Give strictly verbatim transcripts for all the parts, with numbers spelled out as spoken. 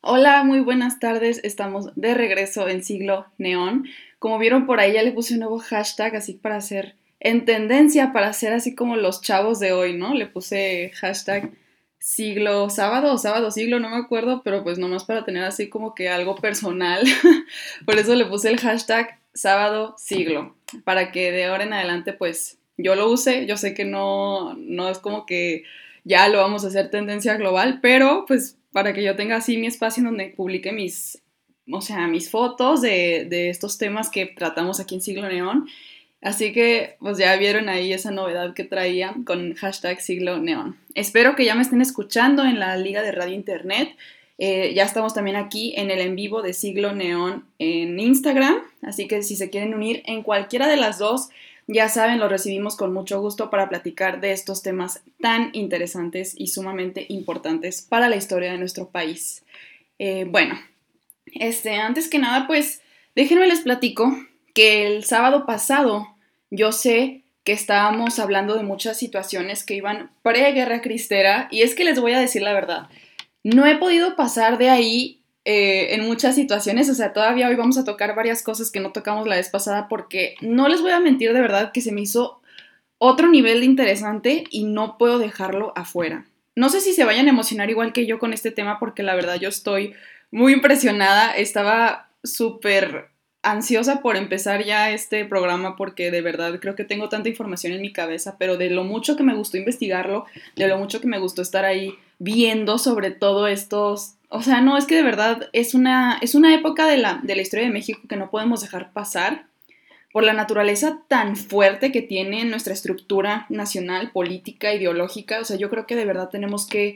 Hola, muy buenas tardes. Estamos de regreso en Siglo Neón. Como vieron por ahí, ya le puse un nuevo hashtag así para hacer en tendencia, para hacer así como los chavos de hoy, ¿no? Le puse hashtag siglo sábado o sábado siglo, no me acuerdo, pero pues nomás para tener así como que algo personal. Por eso le puse el hashtag sábado siglo, para que de ahora en adelante pues yo lo use. Yo sé que no, no es como que ya lo vamos a hacer tendencia global, pero pues para que yo tenga así mi espacio en donde publique mis, o sea, mis fotos de, de estos temas que tratamos aquí en Siglo Neón. Así que pues ya vieron ahí esa novedad que traía con hashtag Siglo Neón. Espero que ya me estén escuchando en la Liga de Radio Internet. Eh, ya estamos también aquí en el en vivo de Siglo Neón en Instagram, así que si se quieren unir en cualquiera de las dos, ya saben, lo recibimos con mucho gusto para platicar de estos temas tan interesantes y sumamente importantes para la historia de nuestro país. Eh, bueno, este, antes que nada, pues déjenme les platico que el sábado pasado yo sé que estábamos hablando de muchas situaciones que iban pre-guerra cristera, y es que les voy a decir la verdad, no he podido pasar de ahí eh, en muchas situaciones. O sea, todavía hoy vamos a tocar varias cosas que no tocamos la vez pasada, porque no les voy a mentir, de verdad que se me hizo otro nivel de interesante y no puedo dejarlo afuera. No sé si se vayan a emocionar igual que yo con este tema, porque la verdad yo estoy muy impresionada. Estaba súper ansiosa por empezar ya este programa, porque de verdad creo que tengo tanta información en mi cabeza, pero de lo mucho que me gustó investigarlo, de lo mucho que me gustó estar ahí viendo sobre todo estos... O sea, no, es que de verdad es una, es una época de la, de la historia de México que no podemos dejar pasar por la naturaleza tan fuerte que tiene nuestra estructura nacional, política, ideológica. O sea, yo creo que de verdad tenemos que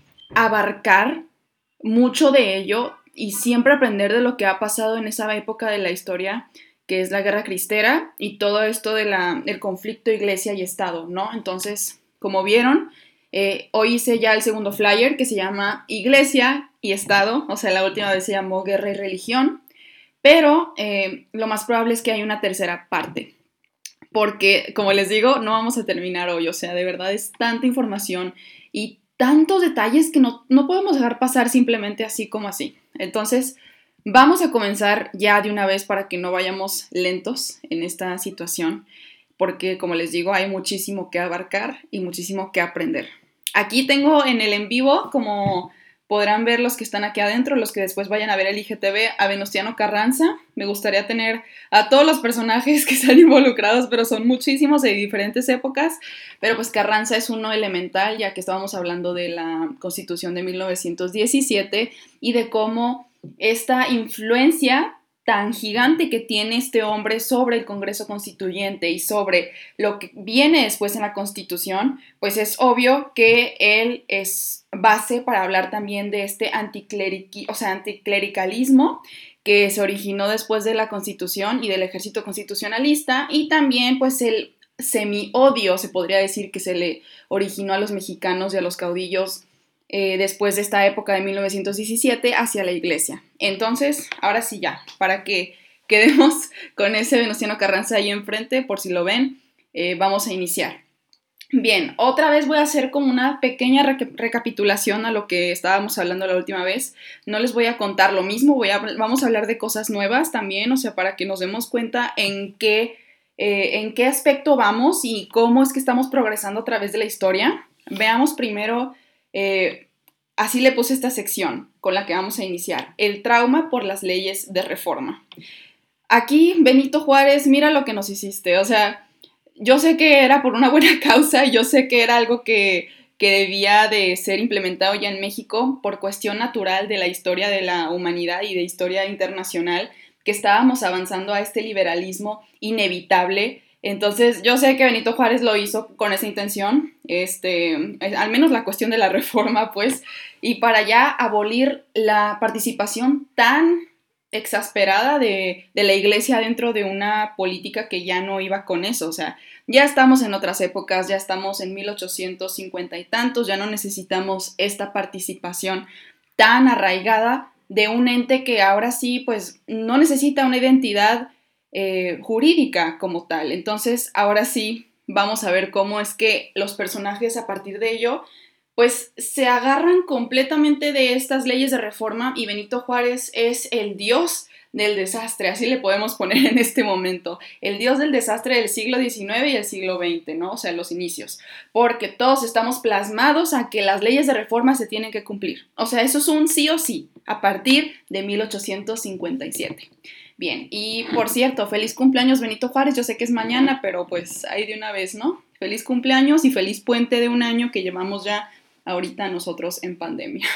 abarcar mucho de ello y siempre aprender de lo que ha pasado en esa época de la historia, que es la Guerra Cristera y todo esto del de conflicto iglesia y Estado, ¿no? Entonces, como vieron, eh, hoy hice ya el segundo flyer que se llama Iglesia y Estado. O sea, la última vez se llamó Guerra y Religión, pero eh, lo más probable es que haya una tercera parte, porque, como les digo, no vamos a terminar hoy. O sea, de verdad es tanta información y tantos detalles que no, no podemos dejar pasar simplemente así como así. Entonces, vamos a comenzar ya de una vez para que no vayamos lentos en esta situación, porque, como les digo, hay muchísimo que abarcar y muchísimo que aprender. Aquí tengo en el en vivo, como podrán ver los que están aquí adentro, los que después vayan a ver el I G T V, a Venustiano Carranza. Me gustaría tener a todos los personajes que están involucrados, pero son muchísimos de diferentes épocas. Pero pues Carranza es uno elemental, ya que estábamos hablando de la Constitución de mil novecientos diecisiete y de cómo esta influencia tan gigante que tiene este hombre sobre el Congreso Constituyente y sobre lo que viene después en la Constitución, pues es obvio que él es base para hablar también de este anticlerici, o sea, anticlericalismo que se originó después de la Constitución y del ejército constitucionalista, y también pues el semi-odio, se podría decir, que se le originó a los mexicanos y a los caudillos eh, después de esta época de mil novecientos diecisiete hacia la iglesia. Entonces, ahora sí ya, para que quedemos con ese Venustiano Carranza ahí enfrente, por si lo ven, eh, vamos a iniciar. Bien, otra vez voy a hacer como una pequeña re- recapitulación a lo que estábamos hablando la última vez. No les voy a contar lo mismo, voy a, vamos a hablar de cosas nuevas también, o sea, para que nos demos cuenta en qué, eh, en qué aspecto vamos y cómo es que estamos progresando a través de la historia. Veamos primero, eh, así le puse esta sección con la que vamos a iniciar, el trauma por las leyes de reforma. Aquí, Benito Juárez, mira lo que nos hiciste. O sea, yo sé que era por una buena causa, yo sé que era algo que, que debía de ser implementado ya en México por cuestión natural de la historia de la humanidad y de historia internacional, que estábamos avanzando a este liberalismo inevitable. Entonces, yo sé que Benito Juárez lo hizo con esa intención, este, al menos la cuestión de la reforma, pues, y para ya abolir la participación tan exasperada de, de la iglesia dentro de una política que ya no iba con eso. O sea, ya estamos en otras épocas, ya estamos en mil ochocientos cincuenta y tantos, ya no necesitamos esta participación tan arraigada de un ente que ahora sí, pues, no necesita una identidad eh, jurídica como tal. Entonces, ahora sí, vamos a ver cómo es que los personajes a partir de ello pues se agarran completamente de estas leyes de reforma y Benito Juárez es el dios del desastre, así le podemos poner en este momento, el dios del desastre del siglo diecinueve y el siglo veinte, ¿no? O sea, los inicios, porque todos estamos plasmados a que las leyes de reforma se tienen que cumplir, o sea, eso es un sí o sí, a partir de mil ochocientos cincuenta y siete. Bien, y por cierto, feliz cumpleaños Benito Juárez, yo sé que es mañana, pero pues ahí de una vez, ¿no? Feliz cumpleaños y feliz puente de un año que llevamos ya ahorita nosotros en pandemia.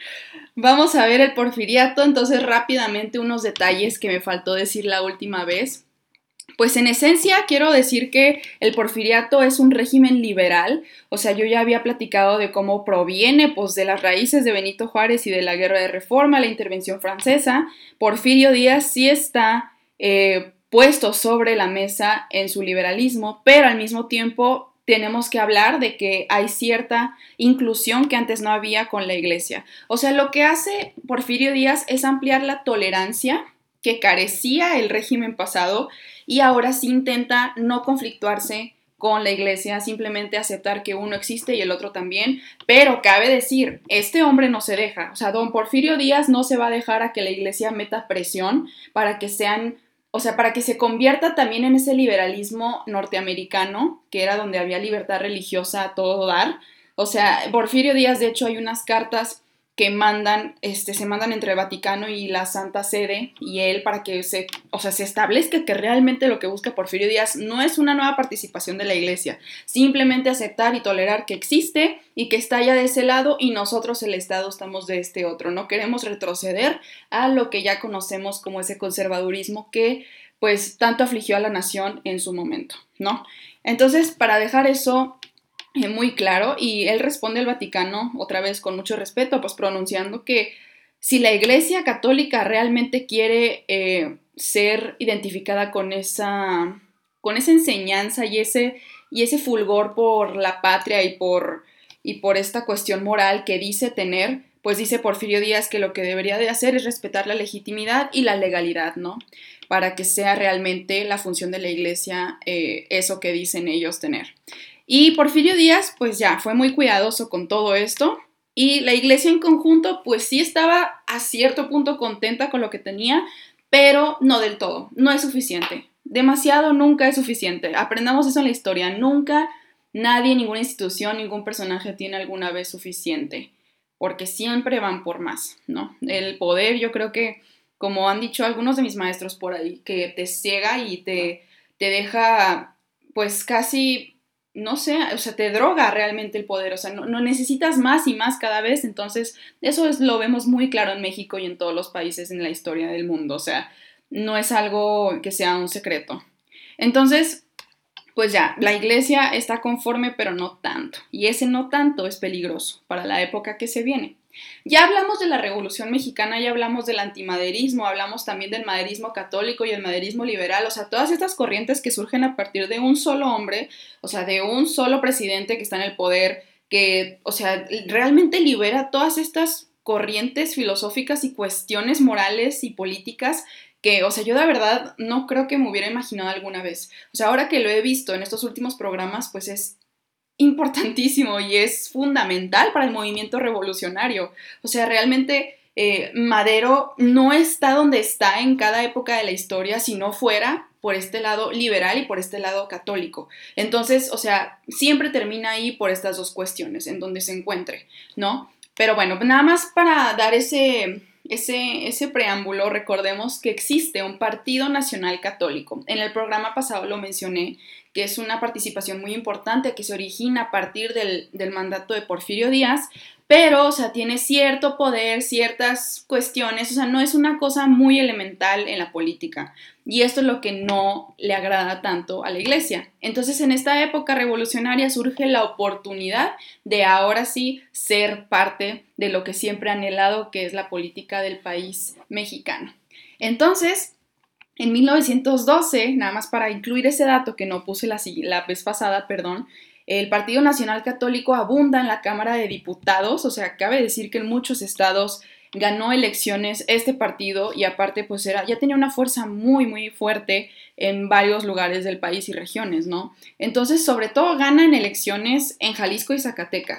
Vamos a ver el porfiriato, entonces rápidamente unos detalles que me faltó decir la última vez. Pues en esencia quiero decir que el porfiriato es un régimen liberal, o sea, yo ya había platicado de cómo proviene pues de las raíces de Benito Juárez y de la Guerra de Reforma, la intervención francesa. Porfirio Díaz sí está eh, puesto sobre la mesa en su liberalismo, pero al mismo tiempo tenemos que hablar de que hay cierta inclusión que antes no había con la iglesia. O sea, lo que hace Porfirio Díaz es ampliar la tolerancia que carecía el régimen pasado y ahora sí intenta no conflictuarse con la iglesia, simplemente aceptar que uno existe y el otro también, pero cabe decir, este hombre no se deja, o sea, don Porfirio Díaz no se va a dejar a que la iglesia meta presión para que sean, o sea, para que se convierta también en ese liberalismo norteamericano, que era donde había libertad religiosa a todo dar. O sea, Porfirio Díaz, de hecho, hay unas cartas que mandan, este, se mandan entre el Vaticano y la Santa Sede y él para que se, o sea, se establezca que realmente lo que busca Porfirio Díaz no es una nueva participación de la iglesia, simplemente aceptar y tolerar que existe y que está ya de ese lado y nosotros el Estado estamos de este otro, no queremos retroceder a lo que ya conocemos como ese conservadurismo que pues tanto afligió a la nación en su momento, ¿no? Entonces, para dejar eso muy claro, y él responde al Vaticano, otra vez con mucho respeto, pues pronunciando que si la Iglesia Católica realmente quiere eh, ser identificada con esa, con esa enseñanza y ese, y ese fulgor por la patria y por, y por esta cuestión moral que dice tener, pues dice Porfirio Díaz que lo que debería de hacer es respetar la legitimidad y la legalidad, ¿no? Para que sea realmente la función de la Iglesia eh, eso que dicen ellos tener. Y Porfirio Díaz, pues ya, fue muy cuidadoso con todo esto. Y la iglesia en conjunto, pues sí estaba a cierto punto contenta con lo que tenía, pero no del todo, no es suficiente. Demasiado nunca es suficiente. Aprendamos eso en la historia. Nunca nadie, ninguna institución, ningún personaje tiene alguna vez suficiente, porque siempre van por más, ¿no? El poder, yo creo que, como han dicho algunos de mis maestros por ahí, que te ciega y te, te deja, pues casi no sé, o sea, te droga realmente el poder, o sea, no, no, necesitas más y más cada vez, entonces eso es, lo vemos muy claro en México y en todos los países en la historia del mundo, o sea, no es algo que sea un secreto. Entonces, pues ya, la iglesia está conforme, pero no tanto, y ese no tanto es peligroso para la época que se viene. Ya hablamos de la Revolución Mexicana, ya hablamos del antimaderismo, hablamos también del maderismo católico y el maderismo liberal, o sea, todas estas corrientes que surgen a partir de un solo hombre, o sea, de un solo presidente que está en el poder, que, o sea, realmente libera todas estas corrientes filosóficas y cuestiones morales y políticas que, o sea, yo de verdad no creo que me hubiera imaginado alguna vez. O sea, ahora que lo he visto en estos últimos programas, pues es importantísimo y es fundamental para el movimiento revolucionario. O sea, realmente eh, Madero no está donde está en cada época de la historia si no fuera por este lado liberal y por este lado católico. Entonces, o sea, siempre termina ahí por estas dos cuestiones, en donde se encuentre, ¿no? Pero bueno, nada más para dar ese, ese, ese preámbulo, recordemos que existe un Partido Nacional Católico. En el programa pasado lo mencioné, que es una participación muy importante que se origina a partir del, del mandato de Porfirio Díaz, pero, o sea, tiene cierto poder, ciertas cuestiones, o sea, no es una cosa muy elemental en la política. Y esto es lo que no le agrada tanto a la iglesia. Entonces, en esta época revolucionaria surge la oportunidad de ahora sí ser parte de lo que siempre ha anhelado, que es la política del país mexicano. Entonces, en mil novecientos doce, nada más para incluir ese dato que no puse la, la vez pasada, perdón, el Partido Nacional Católico abunda en la Cámara de Diputados, o sea, cabe decir que en muchos estados ganó elecciones este partido y aparte pues era, ya tenía una fuerza muy muy fuerte en varios lugares del país y regiones, ¿no? Entonces, sobre todo gana en elecciones en Jalisco y Zacatecas.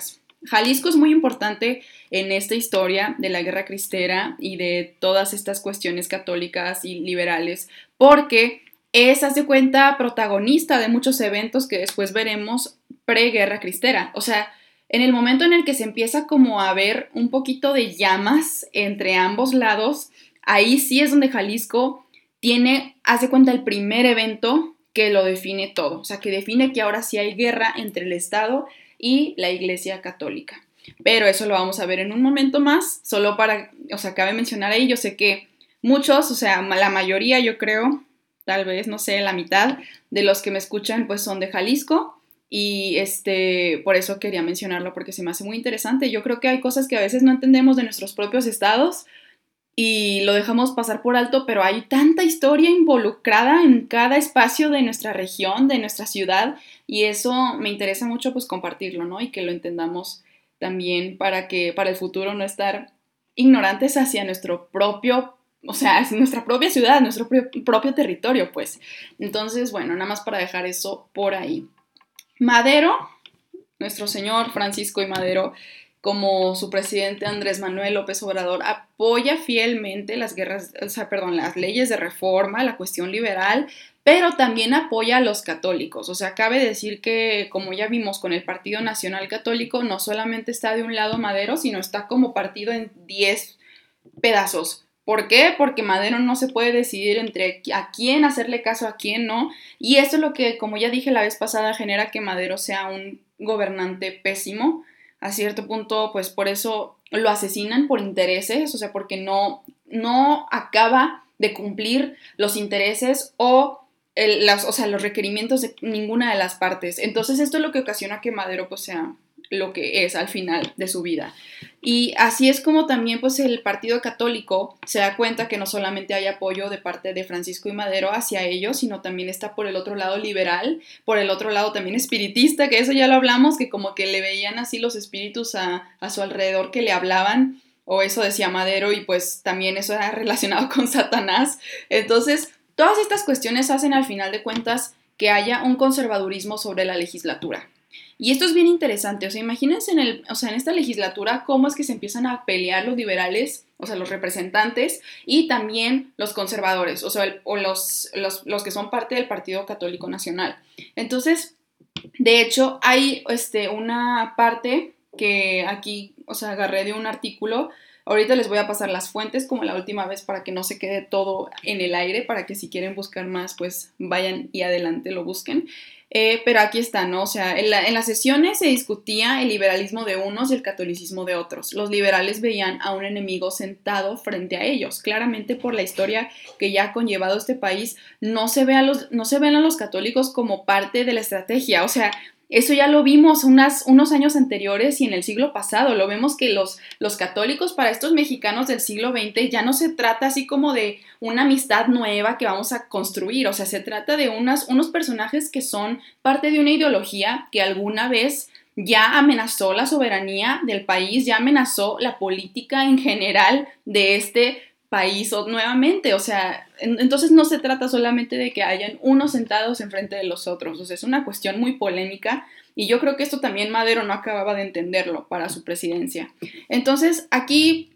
Jalisco es muy importante en esta historia de la Guerra Cristera y de todas estas cuestiones católicas y liberales, porque es, haz de cuenta, protagonista de muchos eventos que después veremos pre-Guerra Cristera. O sea, en el momento en el que se empieza como a ver un poquito de llamas entre ambos lados, ahí sí es donde Jalisco tiene, haz de cuenta, el primer evento que lo define todo. O sea, que define que ahora sí hay guerra entre el Estado y la Iglesia Católica. Pero eso lo vamos a ver en un momento más, solo para, o sea, cabe mencionar ahí, yo sé que muchos, o sea, la mayoría yo creo, tal vez, no sé, la mitad de los que me escuchan pues son de Jalisco y este, por eso quería mencionarlo porque se me hace muy interesante. Yo creo que hay cosas que a veces no entendemos de nuestros propios estados y lo dejamos pasar por alto, pero hay tanta historia involucrada en cada espacio de nuestra región, de nuestra ciudad, y eso me interesa mucho pues compartirlo, ¿no? Y que lo entendamos también para que para el futuro no estar ignorantes hacia nuestro propio, o sea, hacia nuestra propia ciudad, nuestro propio, propio territorio, pues. Entonces, bueno, nada más para dejar eso por ahí. Madero, nuestro señor Francisco I. Madero, como su presidente Andrés Manuel López Obrador, apoya fielmente las guerras, o sea, perdón, las leyes de reforma, la cuestión liberal, pero también apoya a los católicos. O sea, cabe decir que, como ya vimos con el Partido Nacional Católico, no solamente está de un lado Madero, sino está como partido en diez pedazos. ¿Por qué? Porque Madero no se puede decidir entre a quién hacerle caso, a quién no. Y eso es lo que, como ya dije la vez pasada, genera que Madero sea un gobernante pésimo. A cierto punto, pues por eso lo asesinan por intereses, o sea, porque no, no acaba de cumplir los intereses o, el, las, o sea, los requerimientos de ninguna de las partes. Entonces esto es lo que ocasiona que Madero pues sea lo que es al final de su vida. Y así es como también pues el Partido Católico se da cuenta que no solamente hay apoyo de parte de Francisco I. Madero hacia ellos, sino también está por el otro lado liberal, por el otro lado también espiritista, que eso ya lo hablamos, que como que le veían así los espíritus a, a su alrededor que le hablaban, o eso decía Madero, y pues también eso era relacionado con Satanás. Entonces, todas estas cuestiones hacen al final de cuentas que haya un conservadurismo sobre la legislatura. Y esto es bien interesante, o sea, imagínense en, el, o sea, en esta legislatura cómo es que se empiezan a pelear los liberales, o sea, los representantes, y también los conservadores, o sea, el, o los, los, los que son parte del Partido Católico Nacional. Entonces, de hecho, hay este, una parte que aquí, o sea, agarré de un artículo. Ahorita les voy a pasar las fuentes como la última vez para que no se quede todo en el aire, para que si quieren buscar más, pues vayan y adelante lo busquen. Eh, pero aquí está, ¿no? O sea, en, la, en las sesiones se discutía el liberalismo de unos y el catolicismo de otros. Los liberales veían a un enemigo sentado frente a ellos. Claramente por la historia que ya ha conllevado este país, no se, ve a los, no se ven a los católicos como parte de la estrategia. O sea, eso ya lo vimos unas, unos años anteriores y en el siglo pasado. Lo vemos que los, los católicos para estos mexicanos del siglo veinte ya no se trata así como de una amistad nueva que vamos a construir. O sea, se trata de unas, unos personajes que son parte de una ideología que alguna vez ya amenazó la soberanía del país, ya amenazó la política en general de este país o, nuevamente, o sea, en, entonces no se trata solamente de que hayan unos sentados enfrente de los otros, o sea, es una cuestión muy polémica y yo creo que esto también Madero no acababa de entenderlo para su presidencia. Entonces, aquí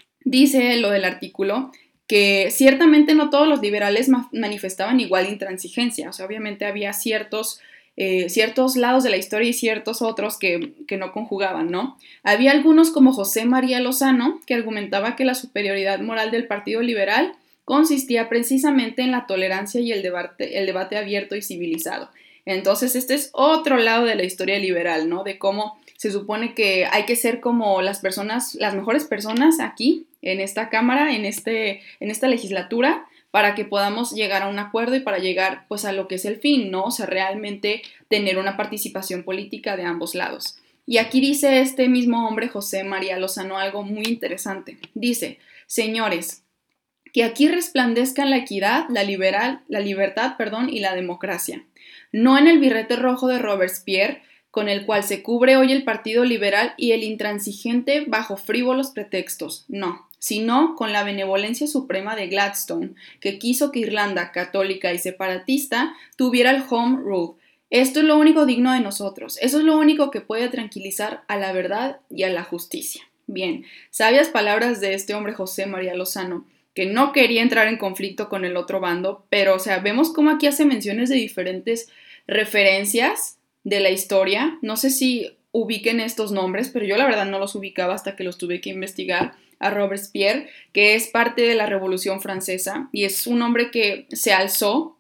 dice lo del artículo que ciertamente no todos los liberales ma- manifestaban igual intransigencia, o sea, obviamente había ciertos eh, ciertos lados de la historia y ciertos otros que, que no conjugaban, ¿no? Había algunos como José María Lozano, que argumentaba que la superioridad moral del Partido Liberal consistía precisamente en la tolerancia y el debate, el debate abierto y civilizado. Entonces, este es otro lado de la historia liberal, ¿no? De cómo se supone que hay que ser como las personas, las mejores personas aquí, en esta Cámara, en, este, en esta legislatura, para que podamos llegar a un acuerdo y para llegar pues a lo que es el fin, ¿no? O sea, realmente tener una participación política de ambos lados. Y aquí dice este mismo hombre, José María Lozano, algo muy interesante. Dice, señores, que aquí resplandezcan la equidad, la, liberal, la libertad, perdón, y la democracia. No en el birrete rojo de Robespierre, con el cual se cubre hoy el Partido Liberal y el intransigente bajo frívolos pretextos. No, sino con la benevolencia suprema de Gladstone, que quiso que Irlanda, católica y separatista, tuviera el Home Rule. Esto es lo único digno de nosotros. Eso es lo único que puede tranquilizar a la verdad y a la justicia. Bien, sabias palabras de este hombre José María Lozano, que no quería entrar en conflicto con el otro bando, pero, o sea, vemos cómo aquí hace menciones de diferentes referencias de la historia. No sé si ubiquen estos nombres, pero yo la verdad no los ubicaba hasta que los tuve que investigar. A Robespierre, que es parte de la Revolución Francesa y es un hombre que se alzó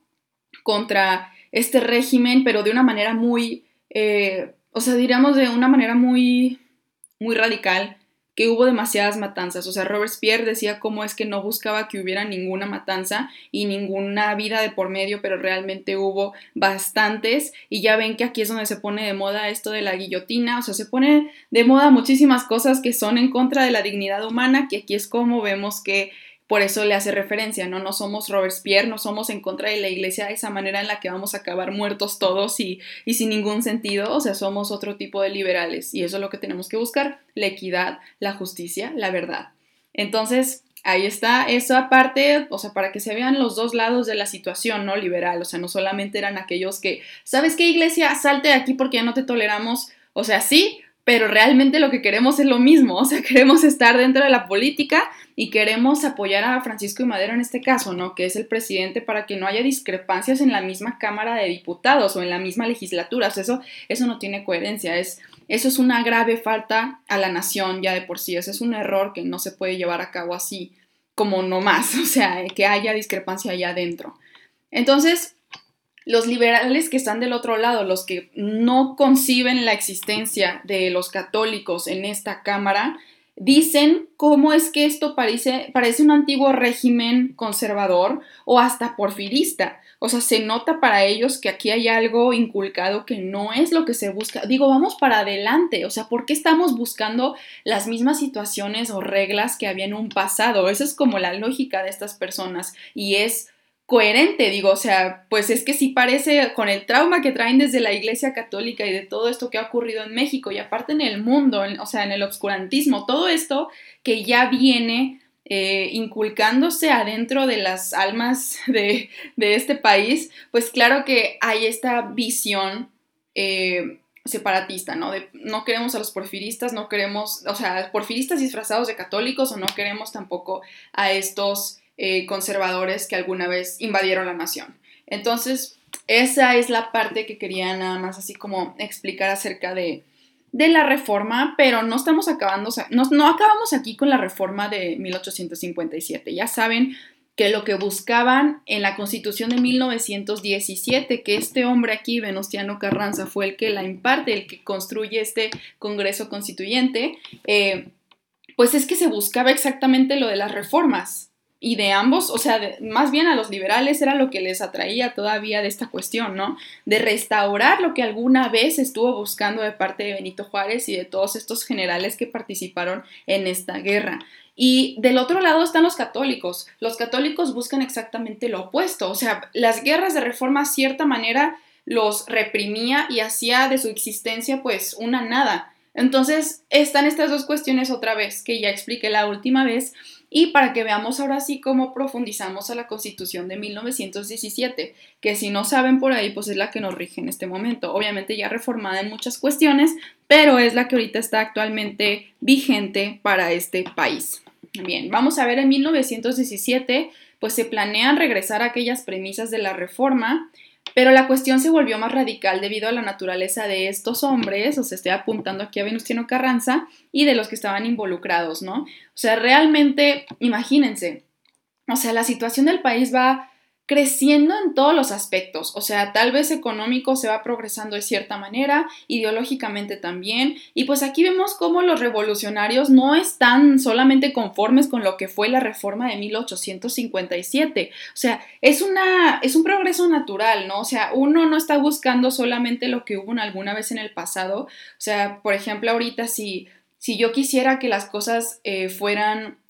contra este régimen, pero de una manera muy, eh, o sea, diríamos de una manera muy, muy radical, que hubo demasiadas matanzas. O sea, Robespierre decía cómo es que no buscaba que hubiera ninguna matanza y ninguna vida de por medio, pero realmente hubo bastantes. Y ya ven que aquí es donde se pone de moda esto de la guillotina. O sea, se pone de moda muchísimas cosas que son en contra de la dignidad humana, que aquí es como vemos que por eso le hace referencia, ¿no? No somos Robespierre, no somos en contra de la iglesia de esa manera en la que vamos a acabar muertos todos y, y sin ningún sentido, o sea, somos otro tipo de liberales y eso es lo que tenemos que buscar, la equidad, la justicia, la verdad. Entonces, ahí está esa parte, o sea, para que se vean los dos lados de la situación, ¿no? Liberal, o sea, no solamente eran aquellos que, ¿sabes qué, iglesia? Salte de aquí porque ya no te toleramos, o sea, sí, pero realmente lo que queremos es lo mismo, o sea, queremos estar dentro de la política y queremos apoyar a Francisco I. Madero en este caso, ¿no? Que es el presidente, para que no haya discrepancias en la misma Cámara de Diputados o en la misma legislatura. O sea, eso, eso no tiene coherencia, es, eso es una grave falta a la nación ya de por sí, ese es un error que no se puede llevar a cabo así como nomás, o sea, que haya discrepancia allá adentro. Entonces, los liberales que están del otro lado, los que no conciben la existencia de los católicos en esta Cámara, dicen cómo es que esto parece, parece un antiguo régimen conservador o hasta porfirista. O sea, se nota para ellos que aquí hay algo inculcado que no es lo que se busca. Digo, vamos para adelante. O sea, ¿por qué estamos buscando las mismas situaciones o reglas que había en un pasado? Esa es como la lógica de estas personas y es coherente, digo, o sea, pues es que sí parece con el trauma que traen desde la Iglesia Católica y de todo esto que ha ocurrido en México y aparte en el mundo, en, o sea, en el obscurantismo, todo esto que ya viene eh, inculcándose adentro de las almas de, de, este país, pues claro que hay esta visión eh, separatista, ¿no? De no queremos a los porfiristas, no queremos, o sea, porfiristas disfrazados de católicos o no queremos tampoco a estos Eh, conservadores que alguna vez invadieron la nación. Entonces, esa es la parte que quería nada más así como explicar acerca de, de la reforma, pero no estamos acabando, no, no acabamos aquí con la reforma de mil ochocientos cincuenta y siete. Ya saben que lo que buscaban en la Constitución de mil novecientos diecisiete, que este hombre aquí, Venustiano Carranza, fue el que la imparte, el que construye este Congreso Constituyente, eh, pues es que se buscaba exactamente lo de las reformas. Y de ambos, o sea, de, más bien a los liberales era lo que les atraía todavía de esta cuestión, ¿no? De restaurar lo que alguna vez estuvo buscando de parte de Benito Juárez y de todos estos generales que participaron en esta guerra. Y del otro lado están los católicos. Los católicos buscan exactamente lo opuesto. O sea, las guerras de reforma, a cierta manera, los reprimía y hacía de su existencia, pues, una nada. Entonces, están estas dos cuestiones otra vez, que ya expliqué la última vez, y para que veamos ahora sí cómo profundizamos a la Constitución de mil novecientos diecisiete, que si no saben por ahí, pues es la que nos rige en este momento. Obviamente ya reformada en muchas cuestiones, pero es la que ahorita está actualmente vigente para este país. Bien, vamos a ver, en mil novecientos diecisiete, pues se planean regresar a aquellas premisas de la reforma, pero la cuestión se volvió más radical debido a la naturaleza de estos hombres, o sea, estoy apuntando aquí a Venustiano Carranza, y de los que estaban involucrados, ¿no? O sea, realmente, imagínense, o sea, la situación del país va creciendo en todos los aspectos, o sea, tal vez económico se va progresando de cierta manera, ideológicamente también, y pues aquí vemos cómo los revolucionarios no están solamente conformes con lo que fue la reforma de mil ochocientos cincuenta y siete, o sea, es, una, es un progreso natural, ¿no? O sea, uno no está buscando solamente lo que hubo alguna vez en el pasado, o sea, por ejemplo, ahorita si, si yo quisiera que las cosas eh, fueran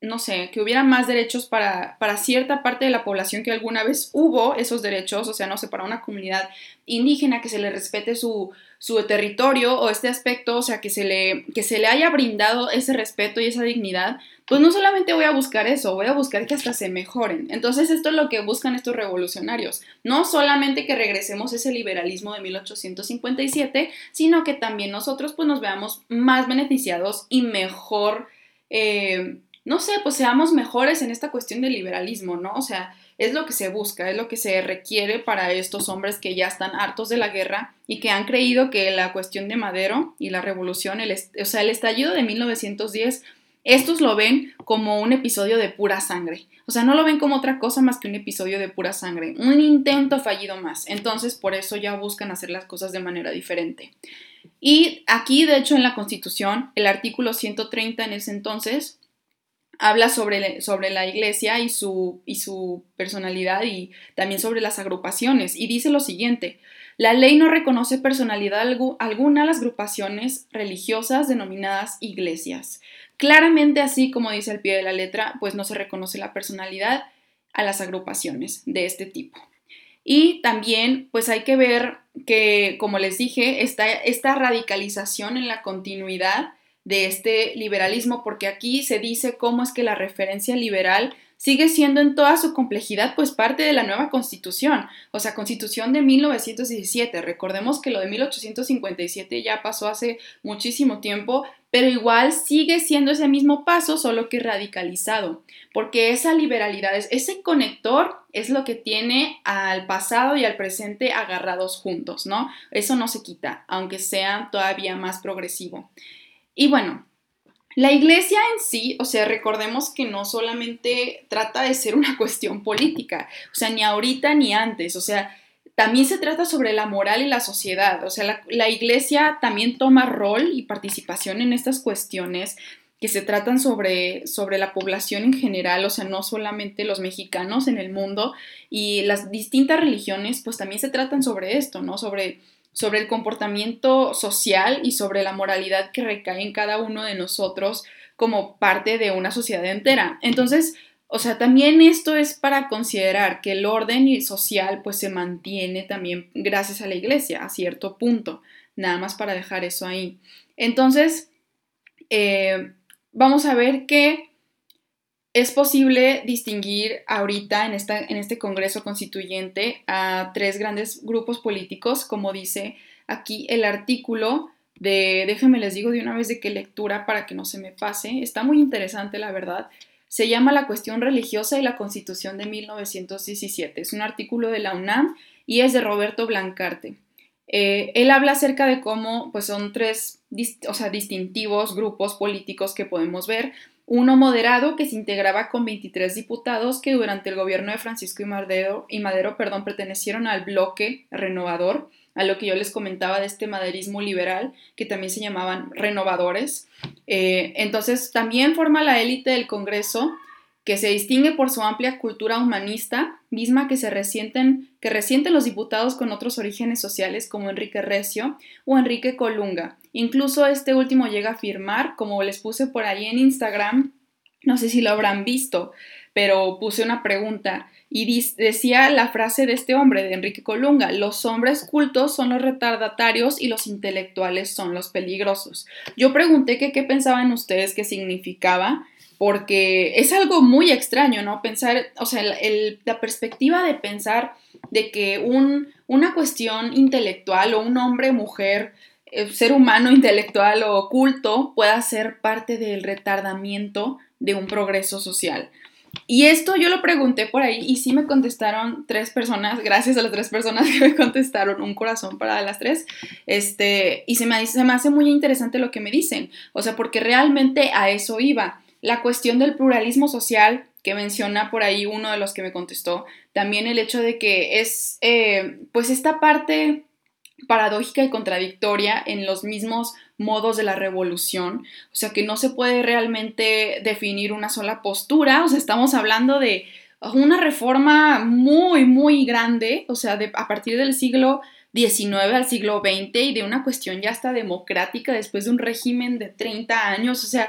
no sé, que hubiera más derechos para, para cierta parte de la población que alguna vez hubo esos derechos, o sea, no sé, para una comunidad indígena, que se le respete su, su territorio o este aspecto, o sea, que se, le, que se le haya brindado ese respeto y esa dignidad, pues no solamente voy a buscar eso, voy a buscar que hasta se mejoren. Entonces esto es lo que buscan estos revolucionarios, no solamente que regresemos a ese liberalismo de mil ochocientos cincuenta y siete, sino que también nosotros pues nos veamos más beneficiados y mejor, eh, no sé, pues seamos mejores en esta cuestión del liberalismo, ¿no? O sea, es lo que se busca, es lo que se requiere para estos hombres que ya están hartos de la guerra y que han creído que la cuestión de Madero y la revolución, el o sea, el estallido de mil novecientos diez, estos lo ven como un episodio de pura sangre. O sea, no lo ven como otra cosa más que un episodio de pura sangre, un intento fallido más. Entonces, por eso ya buscan hacer las cosas de manera diferente. Y aquí, de hecho, en la Constitución, el artículo ciento treinta en ese entonces habla sobre, sobre la iglesia y su, y su personalidad y también sobre las agrupaciones. Y dice lo siguiente: la ley no reconoce personalidad alguna a las agrupaciones religiosas denominadas iglesias. Claramente, así como dice al pie de la letra, pues no se reconoce la personalidad a las agrupaciones de este tipo. Y también, pues hay que ver que, como les dije, está esta radicalización en la continuidad de este liberalismo, porque aquí se dice cómo es que la referencia liberal sigue siendo en toda su complejidad pues parte de la nueva Constitución, o sea, Constitución de mil novecientos diecisiete. Recordemos que lo de mil ochocientos cincuenta y siete ya pasó hace muchísimo tiempo, pero igual sigue siendo ese mismo paso, solo que radicalizado, porque esa liberalidad, ese conector es lo que tiene al pasado y al presente agarrados juntos, ¿no? Eso no se quita, aunque sea todavía más progresivo. Y bueno, la iglesia en sí, o sea, recordemos que no solamente trata de ser una cuestión política, o sea, ni ahorita ni antes, o sea, también se trata sobre la moral y la sociedad, o sea, la, la iglesia también toma rol y participación en estas cuestiones que se tratan sobre, sobre la población en general, o sea, no solamente los mexicanos en el mundo, y las distintas religiones, pues también se tratan sobre esto, ¿no? Sobre sobre el comportamiento social y sobre la moralidad que recae en cada uno de nosotros como parte de una sociedad entera. Entonces, o sea, también esto es para considerar que el orden social pues se mantiene también gracias a la iglesia a cierto punto, nada más para dejar eso ahí. Entonces, eh, vamos a ver que es posible distinguir ahorita en, esta, en este Congreso Constituyente a tres grandes grupos políticos, como dice aquí el artículo de, déjenme les digo de una vez de qué lectura para que no se me pase, está muy interesante la verdad, se llama La cuestión religiosa y la Constitución de mil novecientos diecisiete, es un artículo de la UNAM y es de Roberto Blancarte. Eh, él habla acerca de cómo pues son tres o sea, distintivos grupos políticos que podemos ver. Uno moderado que se integraba con veintitrés diputados que durante el gobierno de Francisco y Madero, y Madero perdón, pertenecieron al bloque renovador, a lo que yo les comentaba de este maderismo liberal, que también se llamaban renovadores. Eh, entonces también forma la élite del Congreso, que se distingue por su amplia cultura humanista, misma que se resienten, que resienten los diputados con otros orígenes sociales como Enrique Recio o Enrique Colunga. Incluso este último llega a afirmar, como les puse por ahí en Instagram, no sé si lo habrán visto, pero puse una pregunta y decía la frase de este hombre, de Enrique Colunga: los hombres cultos son los retardatarios y los intelectuales son los peligrosos. Yo pregunté que qué pensaban ustedes que significaba, porque es algo muy extraño, ¿no? Pensar, o sea, el, el, la perspectiva de pensar de que un, una cuestión intelectual o un hombre, mujer, eh, ser humano intelectual o culto pueda ser parte del retardamiento de un progreso social. Y esto yo lo pregunté por ahí y sí me contestaron tres personas, gracias a las tres personas que me contestaron, un corazón para las tres, este, y se me, se me hace muy interesante lo que me dicen, o sea, porque realmente a eso iba. La cuestión del pluralismo social que menciona por ahí uno de los que me contestó, también el hecho de que es eh, pues esta parte paradójica y contradictoria en los mismos modos de la revolución, o sea que no se puede realmente definir una sola postura, o sea estamos hablando de una reforma muy muy grande, o sea de, a partir del siglo diecinueve al siglo veinte y de una cuestión ya hasta democrática después de un régimen de treinta años, o sea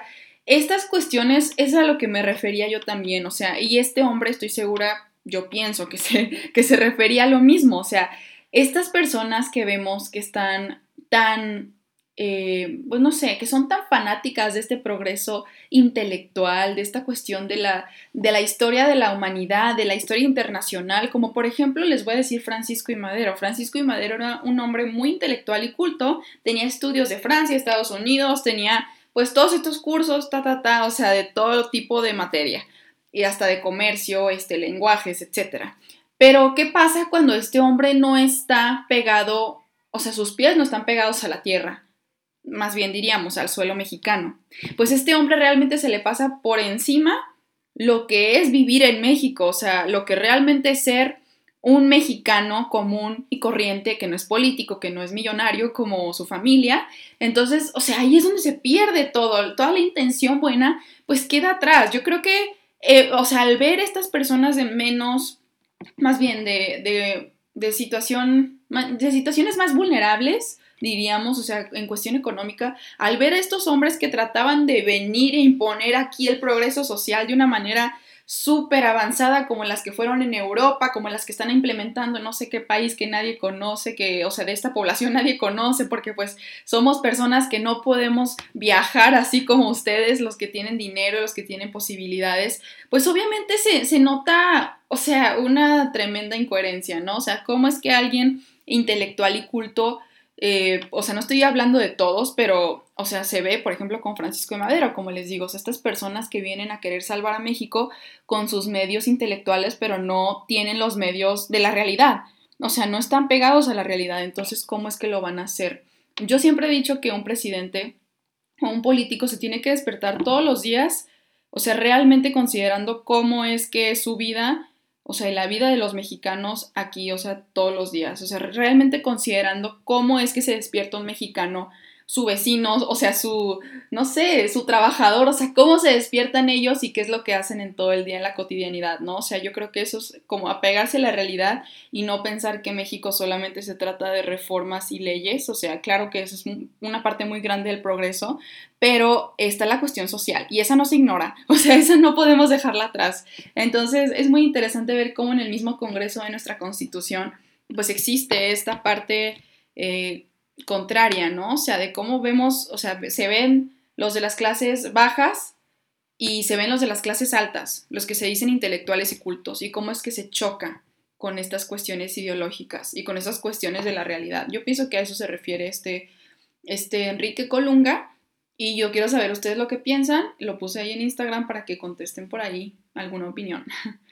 estas cuestiones es a lo que me refería yo también, o sea, y este hombre estoy segura, yo pienso que se, que se refería a lo mismo, o sea, estas personas que vemos que están tan, eh, pues no sé, que son tan fanáticas de este progreso intelectual, de esta cuestión de la, de la historia de la humanidad, de la historia internacional, como por ejemplo les voy a decir Francisco I. Madero. Francisco I. Madero era un hombre muy intelectual y culto, tenía estudios de Francia, Estados Unidos, tenía pues todos estos cursos, ta, ta, ta, o sea, de todo tipo de materia, y hasta de comercio, este, lenguajes, etcétera. Pero, ¿qué pasa cuando este hombre no está pegado, o sea, sus pies no están pegados a la tierra? Más bien diríamos al suelo mexicano. Pues este hombre realmente se le pasa por encima lo que es vivir en México, o sea, lo que realmente es ser un mexicano común y corriente, que no es político, que no es millonario como su familia. Entonces, o sea, ahí es donde se pierde todo, toda la intención buena, pues queda atrás. Yo creo que, eh, o sea, al ver estas personas de menos, más bien de, de, de situación, de situaciones más vulnerables, diríamos, o sea, en cuestión económica, al ver a estos hombres que trataban de venir e imponer aquí el progreso social de una manera súper avanzada como las que fueron en Europa, como las que están implementando en no sé qué país que nadie conoce, que, o sea, de esta población nadie conoce, porque pues somos personas que no podemos viajar así como ustedes, los que tienen dinero, los que tienen posibilidades, pues obviamente se, se nota, o sea, una tremenda incoherencia, ¿no? O sea, ¿cómo es que alguien intelectual y culto eh, o sea, no estoy hablando de todos, pero, o sea, se ve, por ejemplo, con Francisco de Madero, como les digo, o sea, estas personas que vienen a querer salvar a México con sus medios intelectuales, pero no tienen los medios de la realidad, o sea, no están pegados a la realidad, entonces, ¿cómo es que lo van a hacer? Yo siempre he dicho que un presidente o un político se tiene que despertar todos los días, o sea, realmente considerando cómo es que es su vida, o sea, la vida de los mexicanos aquí, o sea, todos los días, o sea, realmente considerando cómo es que se despierta un mexicano, su vecino, o sea, su, no sé, su trabajador, o sea, cómo se despiertan ellos y qué es lo que hacen en todo el día en la cotidianidad, ¿no? O sea, yo creo que eso es como apegarse a la realidad y no pensar que México solamente se trata de reformas y leyes, o sea, claro que eso es una parte muy grande del progreso, pero está la cuestión social y esa no se ignora, o sea, esa no podemos dejarla atrás. Entonces es muy interesante ver cómo en el mismo Congreso de nuestra Constitución pues existe esta parte eh, contraria, ¿no? O sea, de cómo vemos, o sea, se ven los de las clases bajas y se ven los de las clases altas, los que se dicen intelectuales y cultos, y cómo es que se choca con estas cuestiones ideológicas y con esas cuestiones de la realidad. Yo pienso que a eso se refiere este, este Enrique Colunga, y yo quiero saber ustedes lo que piensan. Lo puse ahí en Instagram para que contesten por ahí alguna opinión.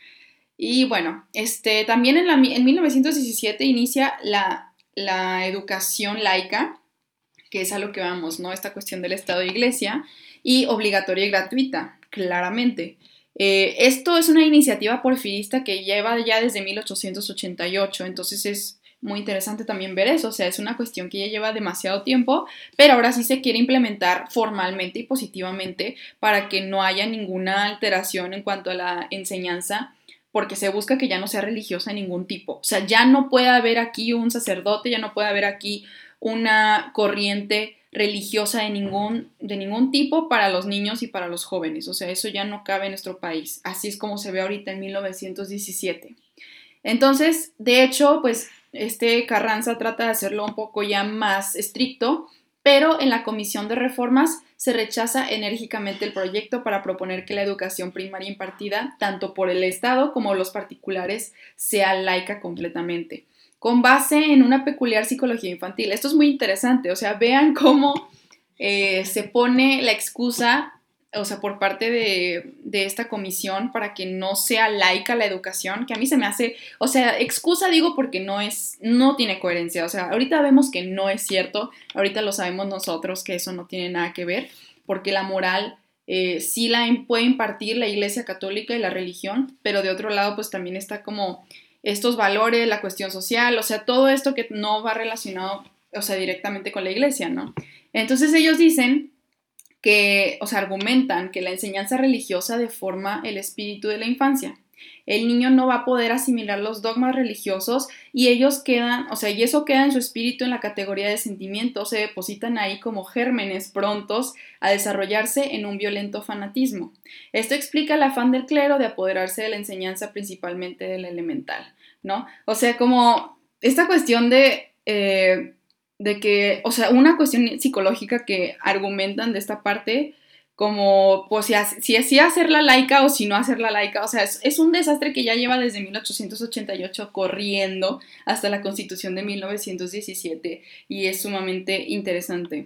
Y bueno, este, también en, la, en mil novecientos diecisiete inicia la, la educación laica, que es a lo que vamos, ¿no? Esta cuestión del Estado e Iglesia, y obligatoria y gratuita, claramente. Eh, esto es una iniciativa porfirista que lleva ya desde mil ochocientos ochenta y ocho, entonces es muy interesante también ver eso, o sea, es una cuestión que ya lleva demasiado tiempo, pero ahora sí se quiere implementar formalmente y positivamente para que no haya ninguna alteración en cuanto a la enseñanza, porque se busca que ya no sea religiosa de ningún tipo, o sea, ya no puede haber aquí un sacerdote, ya no puede haber aquí una corriente religiosa de ningún, de ningún tipo para los niños y para los jóvenes, o sea, eso ya no cabe en nuestro país, así es como se ve ahorita en mil novecientos diecisiete. Entonces, de hecho, pues este Carranza trata de hacerlo un poco ya más estricto, pero en la Comisión de Reformas se rechaza enérgicamente el proyecto para proponer que la educación primaria impartida, tanto por el Estado como los particulares, sea laica completamente, con base en una peculiar psicología infantil. Esto es muy interesante, o sea, vean cómo eh, se pone la excusa, o sea, por parte de, de esta comisión para que no sea laica la educación, que a mí se me hace, o sea, excusa digo porque no es, no tiene coherencia, o sea, ahorita vemos que no es cierto, ahorita lo sabemos nosotros que eso no tiene nada que ver, porque la moral eh, sí la puede impartir la Iglesia Católica y la religión, pero de otro lado pues también está como estos valores, la cuestión social, o sea, todo esto que no va relacionado, o sea, directamente con la Iglesia, ¿no? Entonces ellos dicen que, o sea, argumentan que la enseñanza religiosa deforma el espíritu de la infancia. El niño no va a poder asimilar los dogmas religiosos y ellos quedan, o sea, y eso queda en su espíritu en la categoría de sentimientos, se depositan ahí como gérmenes prontos a desarrollarse en un violento fanatismo. Esto explica el afán del clero de apoderarse de la enseñanza principalmente del elemental, ¿no? O sea, como esta cuestión de... Eh, de que, o sea, una cuestión psicológica que argumentan de esta parte, como, pues, si, si, si hacerla laica o si no hacerla laica, o sea, es, es un desastre que ya lleva desde mil ochocientos ochenta y ocho corriendo hasta la Constitución de mil novecientos diecisiete y es sumamente interesante.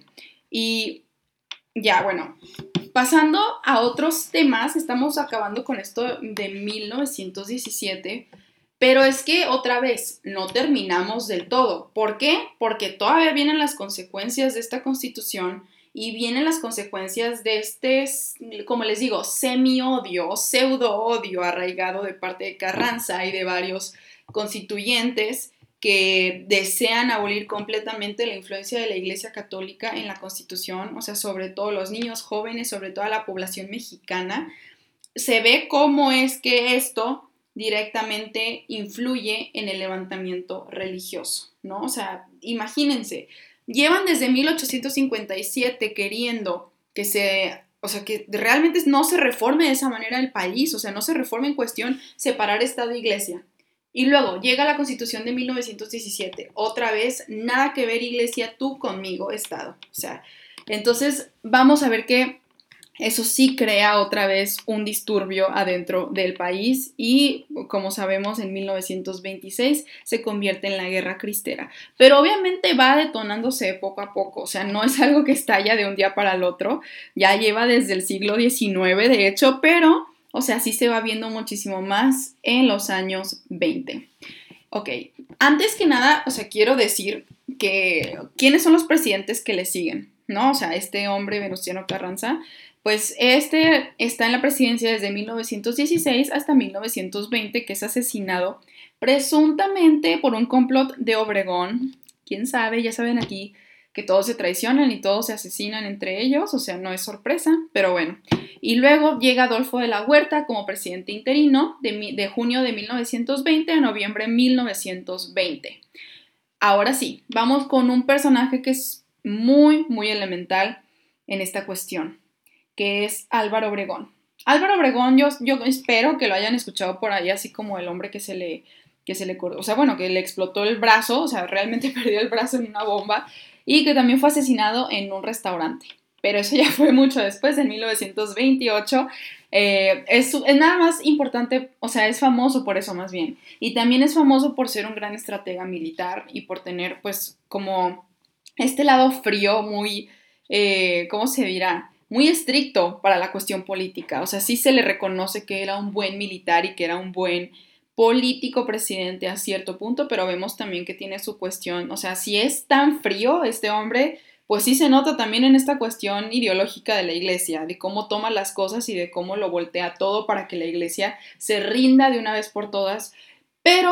Y ya, bueno, pasando a otros temas, estamos acabando con esto de mil novecientos diecisiete, pero es que otra vez no terminamos del todo. ¿Por qué? Porque todavía vienen las consecuencias de esta constitución y vienen las consecuencias de este, como les digo, semi-odio o pseudo-odio arraigado de parte de Carranza y de varios constituyentes que desean abolir completamente la influencia de la Iglesia Católica en la Constitución, o sea, sobre todo los niños jóvenes, sobre toda la población mexicana. Se ve cómo es que esto directamente influye en el levantamiento religioso, ¿no? O sea, imagínense, llevan desde mil ochocientos cincuenta y siete queriendo que se, o sea, que realmente no se reforme de esa manera el país, o sea, no se reforme en cuestión separar Estado e Iglesia. Y luego llega la Constitución de mil novecientos diecisiete, otra vez, nada que ver Iglesia, tú conmigo, Estado. O sea, entonces vamos a ver que eso sí crea otra vez un disturbio adentro del país y, como sabemos, en mil novecientos veintiséis se convierte en la Guerra Cristera. Pero obviamente va detonándose poco a poco, o sea, no es algo que estalla de un día para el otro, ya lleva desde el siglo diecinueve, de hecho, pero, o sea, sí se va viendo muchísimo más en los años veinte. Ok, antes que nada, o sea, quiero decir que ¿quiénes son los presidentes que le siguen? ¿No? O sea, este hombre, Venustiano Carranza, pues este está en la presidencia desde mil novecientos dieciséis hasta mil novecientos veinte, que es asesinado presuntamente por un complot de Obregón. ¿Quién sabe? Ya saben aquí que todos se traicionan y todos se asesinan entre ellos, o sea, no es sorpresa, pero bueno. Y luego llega Adolfo de la Huerta como presidente interino de, de junio de mil novecientos veinte a noviembre de mil novecientos veinte. Ahora sí, vamos con un personaje que es muy, muy elemental en esta cuestión, que es Álvaro Obregón. Álvaro Obregón, yo, yo espero que lo hayan escuchado por ahí, así como el hombre que se le, que se le, o sea, bueno, que le explotó el brazo, o sea, realmente perdió el brazo en una bomba, y que también fue asesinado en un restaurante. Pero eso ya fue mucho después, en mil novecientos veintiocho. Eh, es, es nada más importante, o sea, es famoso por eso más bien. Y también es famoso por ser un gran estratega militar y por tener, pues, como este lado frío, muy, eh, ¿cómo se dirá? Muy estricto para la cuestión política. O sea, sí se le reconoce que era un buen militar y que era un buen político presidente a cierto punto, pero vemos también que tiene su cuestión. O sea, si es tan frío este hombre, pues sí se nota también en esta cuestión ideológica de la iglesia, de cómo toma las cosas y de cómo lo voltea todo para que la iglesia se rinda de una vez por todas. Pero,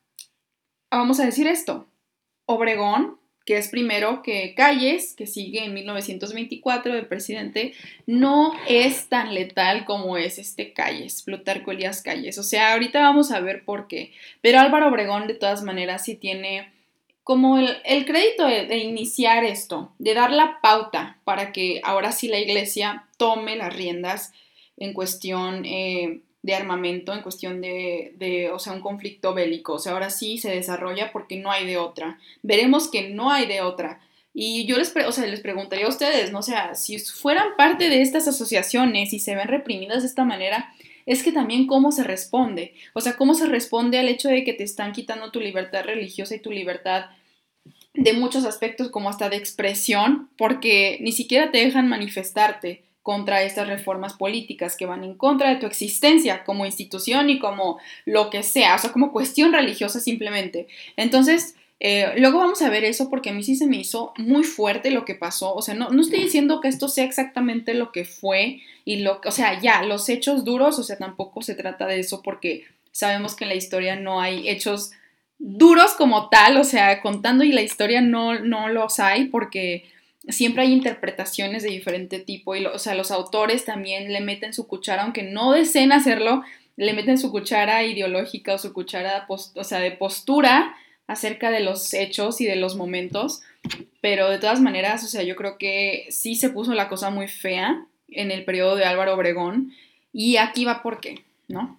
vamos a decir esto, Obregón, que es primero que Calles, que sigue en mil novecientos veinticuatro de presidente, no es tan letal como es este Calles, Plutarco Elías Calles. O sea, ahorita vamos a ver por qué. Pero Álvaro Obregón, de todas maneras, sí tiene como el, el crédito de, de iniciar esto, de dar la pauta para que ahora sí la iglesia tome las riendas en cuestión eh, de armamento, en cuestión de, de, o sea, un conflicto bélico. O sea, ahora sí se desarrolla porque no hay de otra. Veremos que no hay de otra. Y yo les, pre o sea, les preguntaría a ustedes, ¿no? O sea, si fueran parte de estas asociaciones y se ven reprimidas de esta manera, es que también cómo se responde. O sea, cómo se responde al hecho de que te están quitando tu libertad religiosa y tu libertad de muchos aspectos, como hasta de expresión, porque ni siquiera te dejan manifestarte contra estas reformas políticas que van en contra de tu existencia como institución y como lo que sea, o sea, como cuestión religiosa simplemente. Entonces, eh, luego vamos a ver eso porque a mí sí se me hizo muy fuerte lo que pasó. O sea, no, no estoy diciendo que esto sea exactamente lo que fue y lo que, o sea, ya, los hechos duros, o sea, tampoco se trata de eso porque sabemos que en la historia no hay hechos duros como tal, o sea, contando y la historia no, no los hay porque siempre hay interpretaciones de diferente tipo y, lo, o sea, los autores también le meten su cuchara, aunque no deseen hacerlo, le meten su cuchara ideológica o su cuchara, post, o sea, de postura acerca de los hechos y de los momentos, pero de todas maneras, o sea, yo creo que sí se puso la cosa muy fea en el periodo de Álvaro Obregón, y aquí va por qué, ¿no?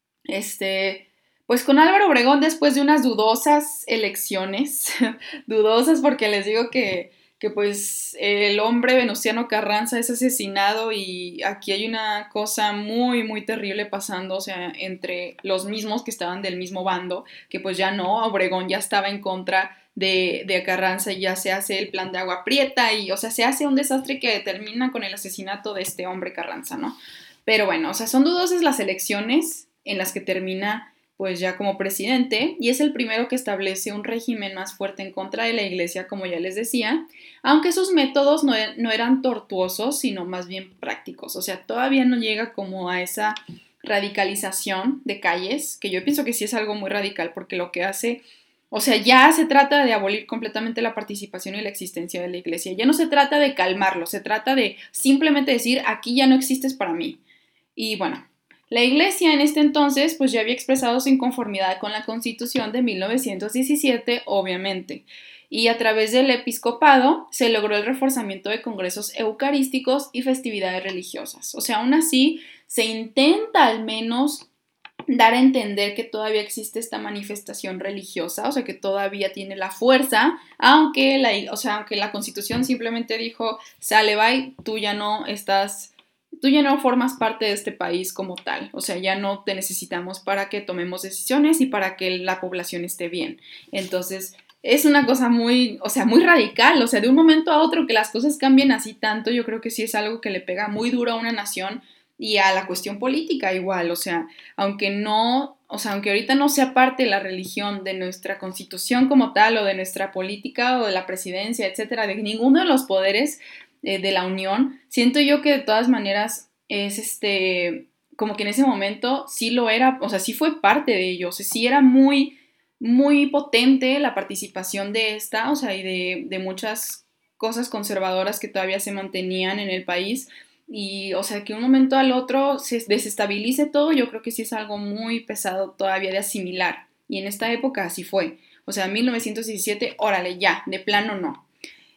Este, pues con Álvaro Obregón, después de unas dudosas elecciones, dudosas porque les digo que, que pues el hombre Venustiano Carranza es asesinado y aquí hay una cosa muy, muy terrible pasando, o sea, entre los mismos que estaban del mismo bando, que pues ya no, Obregón ya estaba en contra de, de Carranza y ya se hace el plan de Agua Prieta y, o sea, se hace un desastre que termina con el asesinato de este hombre Carranza, ¿no? Pero bueno, o sea, son dudosas las elecciones en las que termina pues ya como presidente y es el primero que establece un régimen más fuerte en contra de la iglesia, como ya les decía, aunque sus métodos no, no eran tortuosos, sino más bien prácticos, o sea, todavía no llega como a esa radicalización de calles, que yo pienso que sí es algo muy radical porque lo que hace, o sea, ya se trata de abolir completamente la participación y la existencia de la iglesia, ya no se trata de calmarlo, se trata de simplemente decir aquí ya no existes para mí. Y bueno, la Iglesia en este entonces pues ya había expresado su inconformidad con la Constitución de mil novecientos diecisiete, obviamente, y a través del episcopado se logró el reforzamiento de congresos eucarísticos y festividades religiosas. O sea, aún así se intenta al menos dar a entender que todavía existe esta manifestación religiosa, o sea, que todavía tiene la fuerza, aunque la, o sea, aunque la Constitución simplemente dijo, sale, bye, tú ya no estás tú ya no formas parte de este país como tal, o sea, ya no te necesitamos para que tomemos decisiones y para que la población esté bien. Entonces, es una cosa muy, o sea, muy radical, o sea, de un momento a otro que las cosas cambien así tanto, yo creo que sí es algo que le pega muy duro a una nación y a la cuestión política igual, o sea, aunque no, o sea, aunque ahorita no sea parte de la religión, de nuestra constitución como tal, o de nuestra política, o de la presidencia, etcétera, de ninguno de los poderes, eh, de la Unión, siento yo que de todas maneras es este, como que en ese momento sí lo era, o sea, sí fue parte de ello, o sea, sí era muy, muy potente la participación de esta, o sea, y de, de muchas cosas conservadoras que todavía se mantenían en el país, y, o sea, que un momento al otro se desestabilice todo, yo creo que sí es algo muy pesado todavía de asimilar, y en esta época así fue, o sea, mil novecientos diecisiete, órale, ya, de plano no.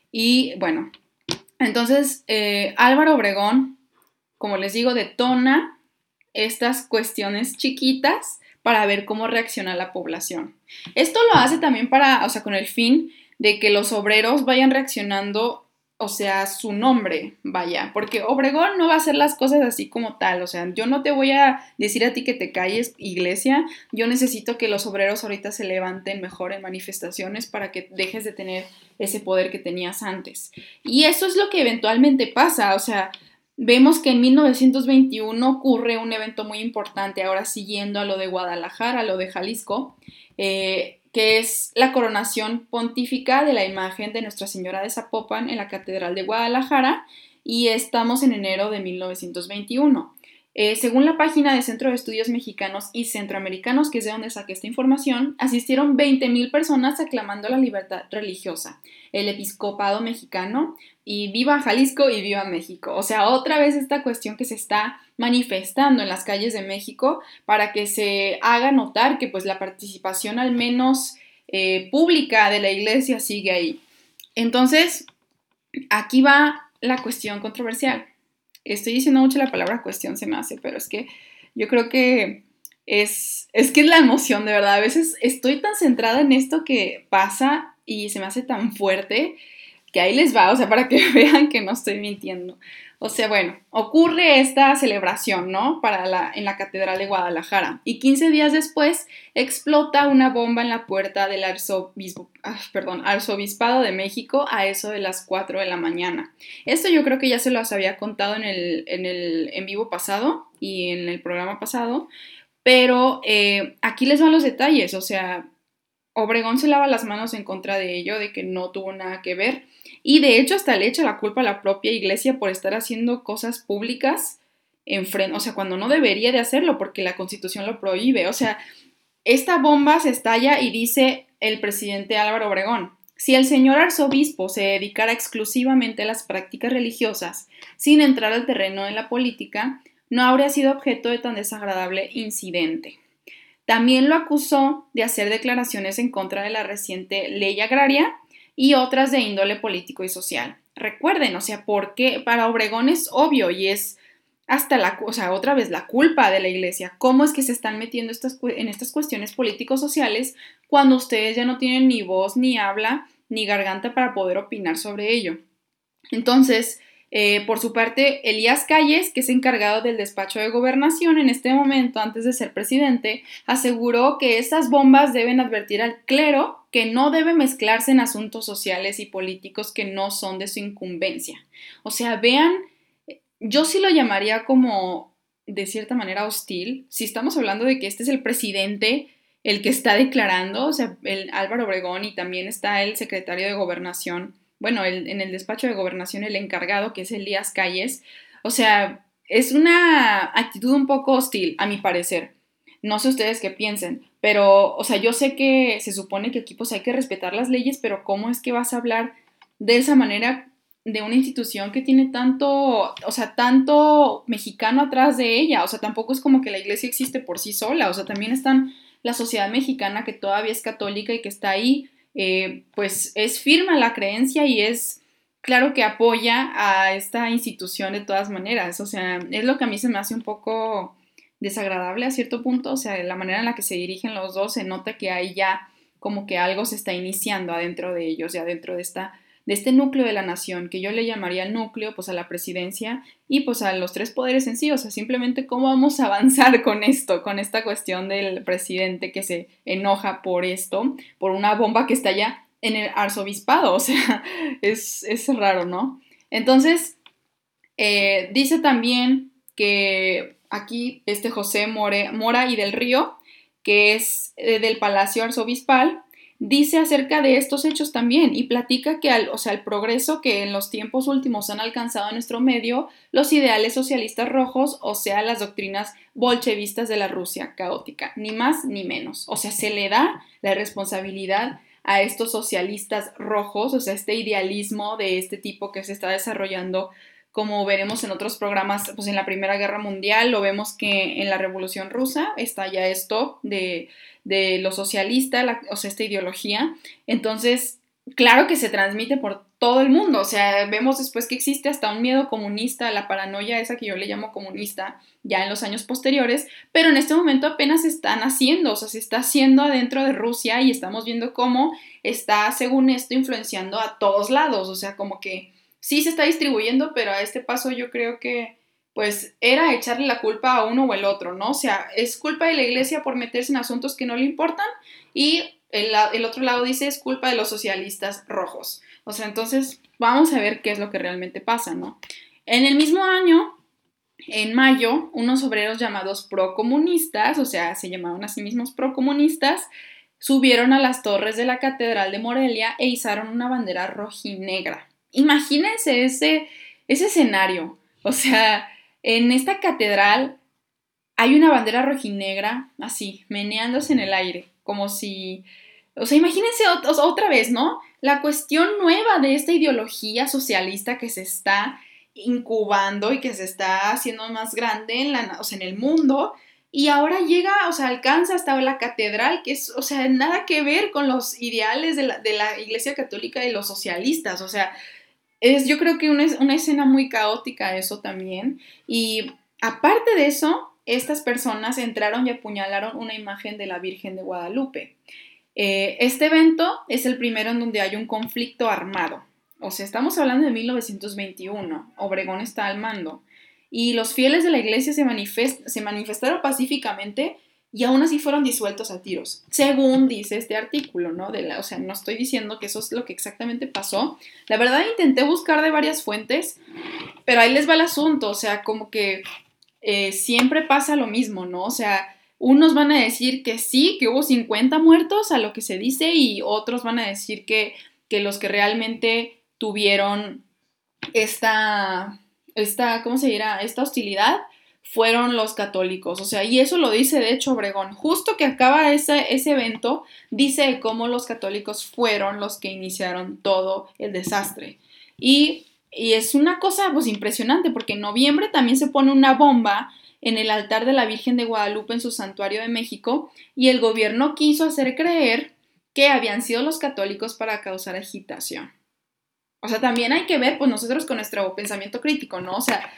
Y bueno, entonces, eh, Álvaro Obregón, como les digo, detona estas cuestiones chiquitas para ver cómo reacciona la población. Esto lo hace también para, o sea, con el fin de que los obreros vayan reaccionando, o sea, su nombre, vaya, porque Obregón no va a hacer las cosas así como tal, o sea, yo no te voy a decir a ti que te calles, iglesia, yo necesito que los obreros ahorita se levanten mejor en manifestaciones para que dejes de tener ese poder que tenías antes. Y eso es lo que eventualmente pasa, o sea, vemos que en mil novecientos veintiuno ocurre un evento muy importante, ahora siguiendo a lo de Guadalajara, a lo de Jalisco, eh, que es la coronación pontífica de la imagen de Nuestra Señora de Zapopan en la Catedral de Guadalajara, y estamos en enero de mil novecientos veintiuno. Eh, según la página de Centro de Estudios Mexicanos y Centroamericanos, que es de donde saqué esta información, asistieron veinte mil personas aclamando la libertad religiosa, el episcopado mexicano, y viva Jalisco y viva México. O sea, otra vez esta cuestión que se está manifestando en las calles de México para que se haga notar que pues la participación al menos eh, pública de la iglesia sigue ahí. Entonces, aquí va la cuestión controversial. Estoy diciendo mucho la palabra cuestión, se me hace, pero es que yo creo que es, es que es la emoción, de verdad. A veces estoy tan centrada en esto que pasa y se me hace tan fuerte que ahí les va, o sea, para que vean que no estoy mintiendo. O sea, bueno, ocurre esta celebración, ¿no? Para la, en la Catedral de Guadalajara. Y quince días después explota una bomba en la puerta del arzobispo, ah, perdón, arzobispado de México a eso de las cuatro de la mañana. Esto yo creo que ya se los había contado en el en, el, en vivo pasado y en el programa pasado, pero eh, aquí les van los detalles, o sea, Obregón se lava las manos en contra de ello, de que no tuvo nada que ver, y de hecho hasta le echa la culpa a la propia iglesia por estar haciendo cosas públicas en frente, o sea, cuando no debería de hacerlo porque la Constitución lo prohíbe. O sea, esta bomba se estalla y dice el presidente Álvaro Obregón: si el señor arzobispo se dedicara exclusivamente a las prácticas religiosas, sin entrar al terreno de la política, no habría sido objeto de tan desagradable incidente. También lo acusó de hacer declaraciones en contra de la reciente ley agraria y otras de índole político y social. Recuerden, o sea, porque para Obregón es obvio y es hasta la, o sea, otra vez la culpa de la iglesia. ¿Cómo es que se están metiendo estas, en estas cuestiones políticos-sociales cuando ustedes ya no tienen ni voz, ni habla, ni garganta para poder opinar sobre ello? Entonces, eh, por su parte, Elías Calles, que es encargado del despacho de gobernación en este momento, antes de ser presidente, aseguró que estas bombas deben advertir al clero que no debe mezclarse en asuntos sociales y políticos que no son de su incumbencia. O sea, vean, yo sí lo llamaría como de cierta manera hostil. Si estamos hablando de que este es el presidente el que está declarando, o sea, el Álvaro Obregón, y también está el secretario de gobernación, bueno, el, en el despacho de gobernación el encargado, que es Elías Calles, o sea, es una actitud un poco hostil, a mi parecer. No sé ustedes qué piensen, pero, o sea, yo sé que se supone que aquí pues hay que respetar las leyes, pero ¿cómo es que vas a hablar de esa manera de una institución que tiene tanto, o sea, tanto mexicano atrás de ella? O sea, tampoco es como que la iglesia existe por sí sola, o sea, también están la sociedad mexicana que todavía es católica y que está ahí, eh, pues es firme la creencia y es claro que apoya a esta institución de todas maneras. O sea, es lo que a mí se me hace un poco desagradable a cierto punto. O sea, la manera en la que se dirigen los dos, se nota que ahí ya como que algo se está iniciando adentro de ellos y adentro de esta de este núcleo de la nación, que yo le llamaría el núcleo, pues a la presidencia y pues a los tres poderes en sí. O sea, simplemente cómo vamos a avanzar con esto, con esta cuestión del presidente que se enoja por esto, por una bomba que está ya en el arzobispado. O sea, es, es raro, ¿no? Entonces, eh, dice también que aquí este José More, Mora y del Río, que es eh, del Palacio Arzobispal, dice acerca de estos hechos también y platica que al, o sea, el progreso que en los tiempos últimos han alcanzado en nuestro medio los ideales socialistas rojos, o sea, las doctrinas bolchevistas de la Rusia caótica, ni más ni menos. O sea, se le da la responsabilidad a estos socialistas rojos, o sea, este idealismo de este tipo que se está desarrollando, como veremos en otros programas, pues en la Primera Guerra Mundial, lo vemos que en la Revolución Rusa está ya esto de, de lo socialista, la, o sea, esta ideología. Entonces, claro que se transmite por todo el mundo. O sea, vemos después que existe hasta un miedo comunista, la paranoia esa que yo le llamo comunista, ya en los años posteriores, pero en este momento apenas se están haciendo, o sea, se está haciendo adentro de Rusia y estamos viendo cómo está, según esto, influenciando a todos lados. O sea, como que sí se está distribuyendo, pero a este paso yo creo que pues era echarle la culpa a uno o el otro, ¿no? O sea, es culpa de la iglesia por meterse en asuntos que no le importan y el, el otro lado dice es culpa de los socialistas rojos. O sea, entonces vamos a ver qué es lo que realmente pasa, ¿no? En el mismo año, en mayo, unos obreros llamados procomunistas, o sea, se llamaban a sí mismos procomunistas, subieron a las torres de la Catedral de Morelia e izaron una bandera rojinegra. Imagínense ese, ese escenario. O sea, en esta catedral hay una bandera rojinegra así, meneándose en el aire, como si... O sea, imagínense otra vez, ¿no? La cuestión nueva de esta ideología socialista que se está incubando y que se está haciendo más grande en, la, o sea, en el mundo, y ahora llega, o sea, alcanza hasta la catedral, que es, o sea, nada que ver con los ideales de la, de la Iglesia Católica y los socialistas. O sea, es yo creo que una, una escena muy caótica eso también. Y aparte de eso, estas personas entraron y apuñalaron una imagen de la Virgen de Guadalupe. Eh, este evento es el primero en donde hay un conflicto armado. O sea, estamos hablando de mil novecientos veintiuno. Obregón está al mando. Y los fieles de la iglesia se, manifest se manifestaron pacíficamente y aún así fueron disueltos a tiros, según dice este artículo, ¿no? De la, o sea, no estoy diciendo que eso es lo que exactamente pasó. La verdad intenté buscar de varias fuentes, pero ahí les va el asunto. O sea, como que eh, siempre pasa lo mismo, ¿no? O sea, unos van a decir que sí, que hubo cincuenta muertos a lo que se dice, y otros van a decir que, que los que realmente tuvieron esta, esta, ¿cómo se dirá? Esta hostilidad fueron los católicos. O sea, y eso lo dice de hecho Obregón. Justo que acaba ese, ese evento, dice cómo los católicos fueron los que iniciaron todo el desastre. Y, y es una cosa pues impresionante, porque en noviembre también se pone una bomba en el altar de la Virgen de Guadalupe en su santuario de México, y el gobierno quiso hacer creer que habían sido los católicos para causar agitación. O sea, también hay que ver, pues nosotros con nuestro pensamiento crítico, ¿no? O sea,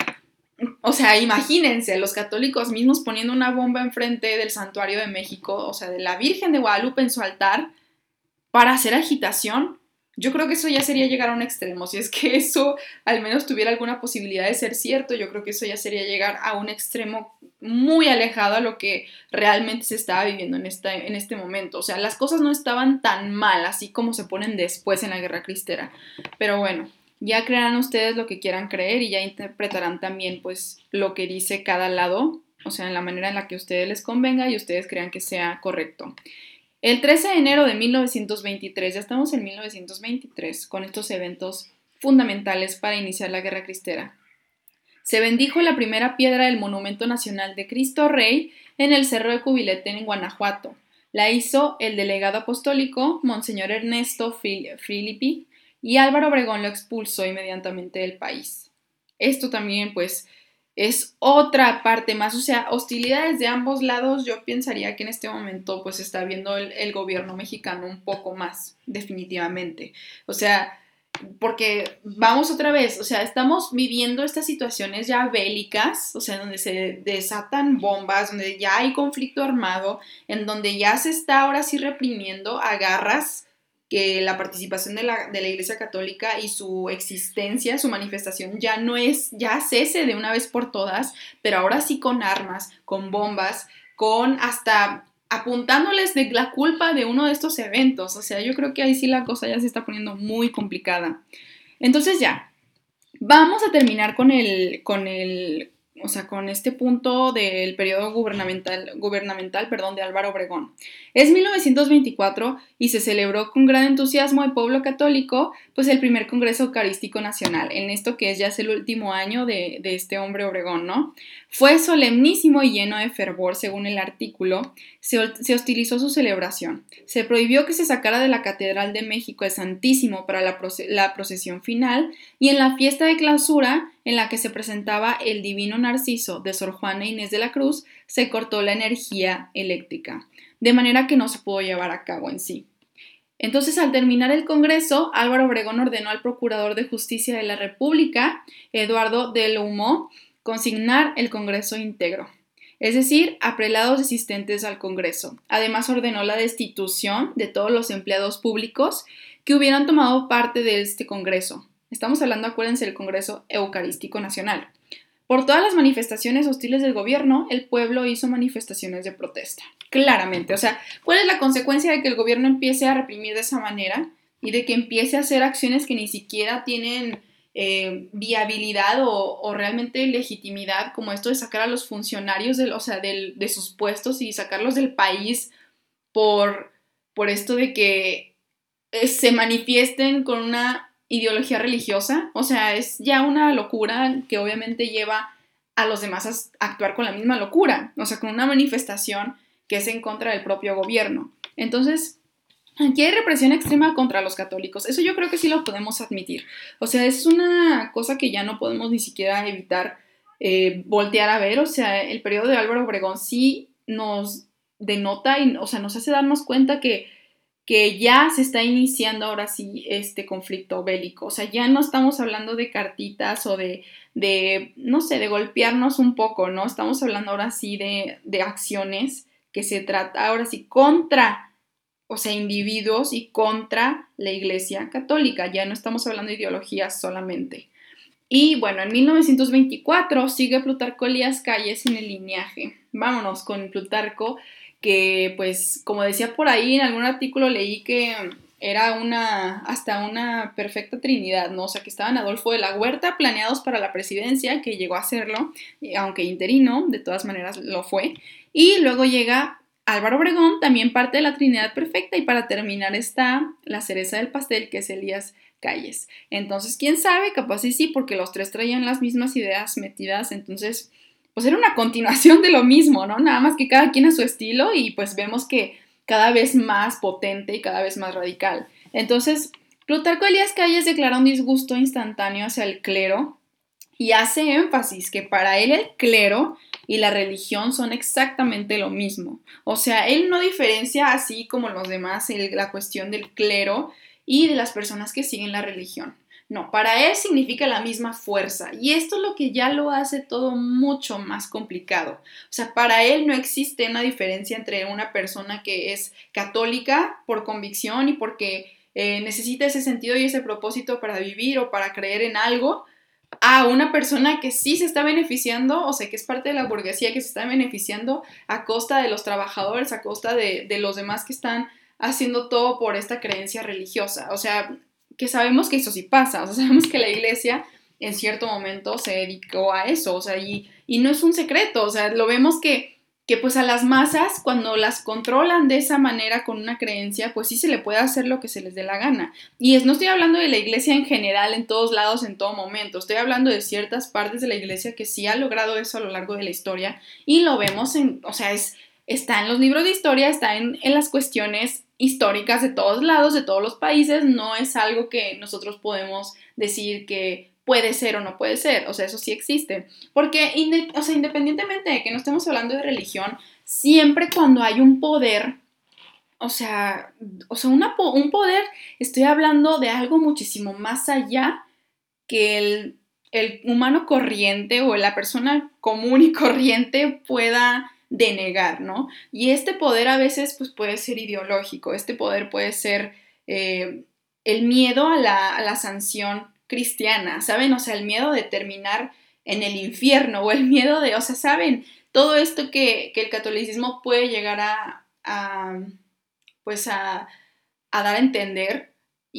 o sea, imagínense, los católicos mismos poniendo una bomba enfrente del santuario de México, o sea, de la Virgen de Guadalupe en su altar, para hacer agitación. Yo creo que eso ya sería llegar a un extremo. Si es que eso al menos tuviera alguna posibilidad de ser cierto, yo creo que eso ya sería llegar a un extremo muy alejado a lo que realmente se estaba viviendo en, esta, en este momento. O sea, las cosas no estaban tan mal así como se ponen después en la Guerra Cristera. Pero bueno, ya crearán ustedes lo que quieran creer y ya interpretarán también pues lo que dice cada lado, o sea, en la manera en la que a ustedes les convenga y ustedes crean que sea correcto. El trece de enero de mil novecientos veintitrés, ya estamos en mil novecientos veintitrés, con estos eventos fundamentales para iniciar la Guerra Cristera. Se bendijo la primera piedra del Monumento Nacional de Cristo Rey en el Cerro de Cubilete en Guanajuato. La hizo el delegado apostólico, Monseñor Ernesto Filippi, y Álvaro Obregón lo expulsó inmediatamente del país. Esto también, pues, es otra parte más, o sea, hostilidades de ambos lados. Yo pensaría que en este momento pues está viendo el, el gobierno mexicano un poco más, definitivamente. O sea, porque vamos otra vez, o sea, estamos viviendo estas situaciones ya bélicas, o sea, donde se desatan bombas, donde ya hay conflicto armado, en donde ya se está ahora sí reprimiendo a garras que la participación de la, de la Iglesia Católica y su existencia, su manifestación ya no es, ya cese de una vez por todas, pero ahora sí con armas, con bombas, con hasta apuntándoles de la culpa de uno de estos eventos. O sea, yo creo que ahí sí la cosa ya se está poniendo muy complicada. Entonces ya, vamos a terminar con el, con el, o sea, con este punto del periodo gubernamental, gubernamental, perdón, de Álvaro Obregón. Es mil novecientos veinticuatro y se celebró con gran entusiasmo el pueblo católico, pues el primer Congreso Eucarístico Nacional, en esto que es ya es el último año de, de este hombre Obregón, ¿no? Fue solemnísimo y lleno de fervor, según el artículo. Se, se hostilizó su celebración. Se prohibió que se sacara de la Catedral de México el Santísimo para la, proce- la procesión final, y en la fiesta de clausura, en la que se presentaba el Divino Narciso de Sor Juana Inés de la Cruz, se cortó la energía eléctrica, de manera que no se pudo llevar a cabo en sí. Entonces, al terminar el Congreso, Álvaro Obregón ordenó al Procurador de Justicia de la República, Eduardo de L'Houmeau, consignar el Congreso íntegro, es decir, a prelados asistentes al Congreso. Además, ordenó la destitución de todos los empleados públicos que hubieran tomado parte de este Congreso. Estamos hablando, acuérdense, del Congreso Eucarístico Nacional. Por todas las manifestaciones hostiles del gobierno, el pueblo hizo manifestaciones de protesta. Claramente, o sea, ¿cuál es la consecuencia de que el gobierno empiece a reprimir de esa manera y de que empiece a hacer acciones que ni siquiera tienen eh, viabilidad o, o realmente legitimidad, como esto de sacar a los funcionarios de, o sea, del, de sus puestos y sacarlos del país por, por esto de que eh, se manifiesten con una ideología religiosa? O sea, es ya una locura que obviamente lleva a los demás a actuar con la misma locura, o sea, con una manifestación que es en contra del propio gobierno. Entonces, aquí hay represión extrema contra los católicos. Eso yo creo que sí lo podemos admitir. O sea, es una cosa que ya no podemos ni siquiera evitar eh, voltear a ver. O sea, el periodo de Álvaro Obregón sí nos denota y, o sea, nos hace darnos cuenta que, que ya se está iniciando ahora sí este conflicto bélico. O sea, ya no estamos hablando de cartitas o de, de no sé, de golpearnos un poco, ¿no? Estamos hablando ahora sí de, de acciones que se trata ahora sí contra, o sea, individuos y contra la Iglesia Católica. Ya no estamos hablando de ideologías solamente. Y bueno, en mil novecientos veinticuatro sigue Plutarco Elías Calles en el lineaje. Vámonos con Plutarco, que pues como decía por ahí en algún artículo leí que era una, hasta una perfecta trinidad, ¿no? O sea, que estaban Adolfo de la Huerta planeados para la presidencia, que llegó a serlo, aunque interino, de todas maneras lo fue. Y luego llega Álvaro Obregón, también parte de la trinidad perfecta, y para terminar está la cereza del pastel, que es Elías Calles. Entonces, quién sabe, capaz sí sí, porque los tres traían las mismas ideas metidas, entonces, pues era una continuación de lo mismo, ¿no? Nada más que cada quien a su estilo, y pues vemos que cada vez más potente y cada vez más radical. Entonces, Plutarco Elías Calles declara un disgusto instantáneo hacia el clero y hace énfasis que para él el clero y la religión son exactamente lo mismo. O sea, él no diferencia así como los demás el, la cuestión del clero y de las personas que siguen la religión. No, para él significa la misma fuerza y esto es lo que ya lo hace todo mucho más complicado. O sea, para él no existe una diferencia entre una persona que es católica por convicción y porque eh, necesita ese sentido y ese propósito para vivir o para creer en algo, a una persona que sí se está beneficiando, o sea, que es parte de la burguesía que se está beneficiando a costa de los trabajadores, a costa de, de los demás que están haciendo todo por esta creencia religiosa. O sea, que sabemos que eso sí pasa, o sea, sabemos que la iglesia en cierto momento se dedicó a eso, o sea, y, y no es un secreto, o sea, lo vemos que, que pues a las masas, cuando las controlan de esa manera con una creencia, pues sí se le puede hacer lo que se les dé la gana. Y es, no estoy hablando de la iglesia en general, en todos lados, en todo momento, estoy hablando de ciertas partes de la iglesia que sí ha logrado eso a lo largo de la historia, y lo vemos en, o sea, es, está en los libros de historia, está en, en las cuestiones históricas de todos lados, de todos los países, no es algo que nosotros podemos decir que puede ser o no puede ser, o sea, eso sí existe, porque, o sea, independientemente de que no estemos hablando de religión, siempre cuando hay un poder, o sea, o sea una, un poder, estoy hablando de algo muchísimo más allá que el, el humano corriente o la persona común y corriente pueda denegar, ¿no? Y este poder a veces pues, puede ser ideológico, este poder puede ser eh, el miedo a la, a la sanción cristiana, ¿saben? O sea, el miedo de terminar en el infierno o el miedo de, o sea, ¿saben? Todo esto que, que el catolicismo puede llegar a, a pues a, a dar a entender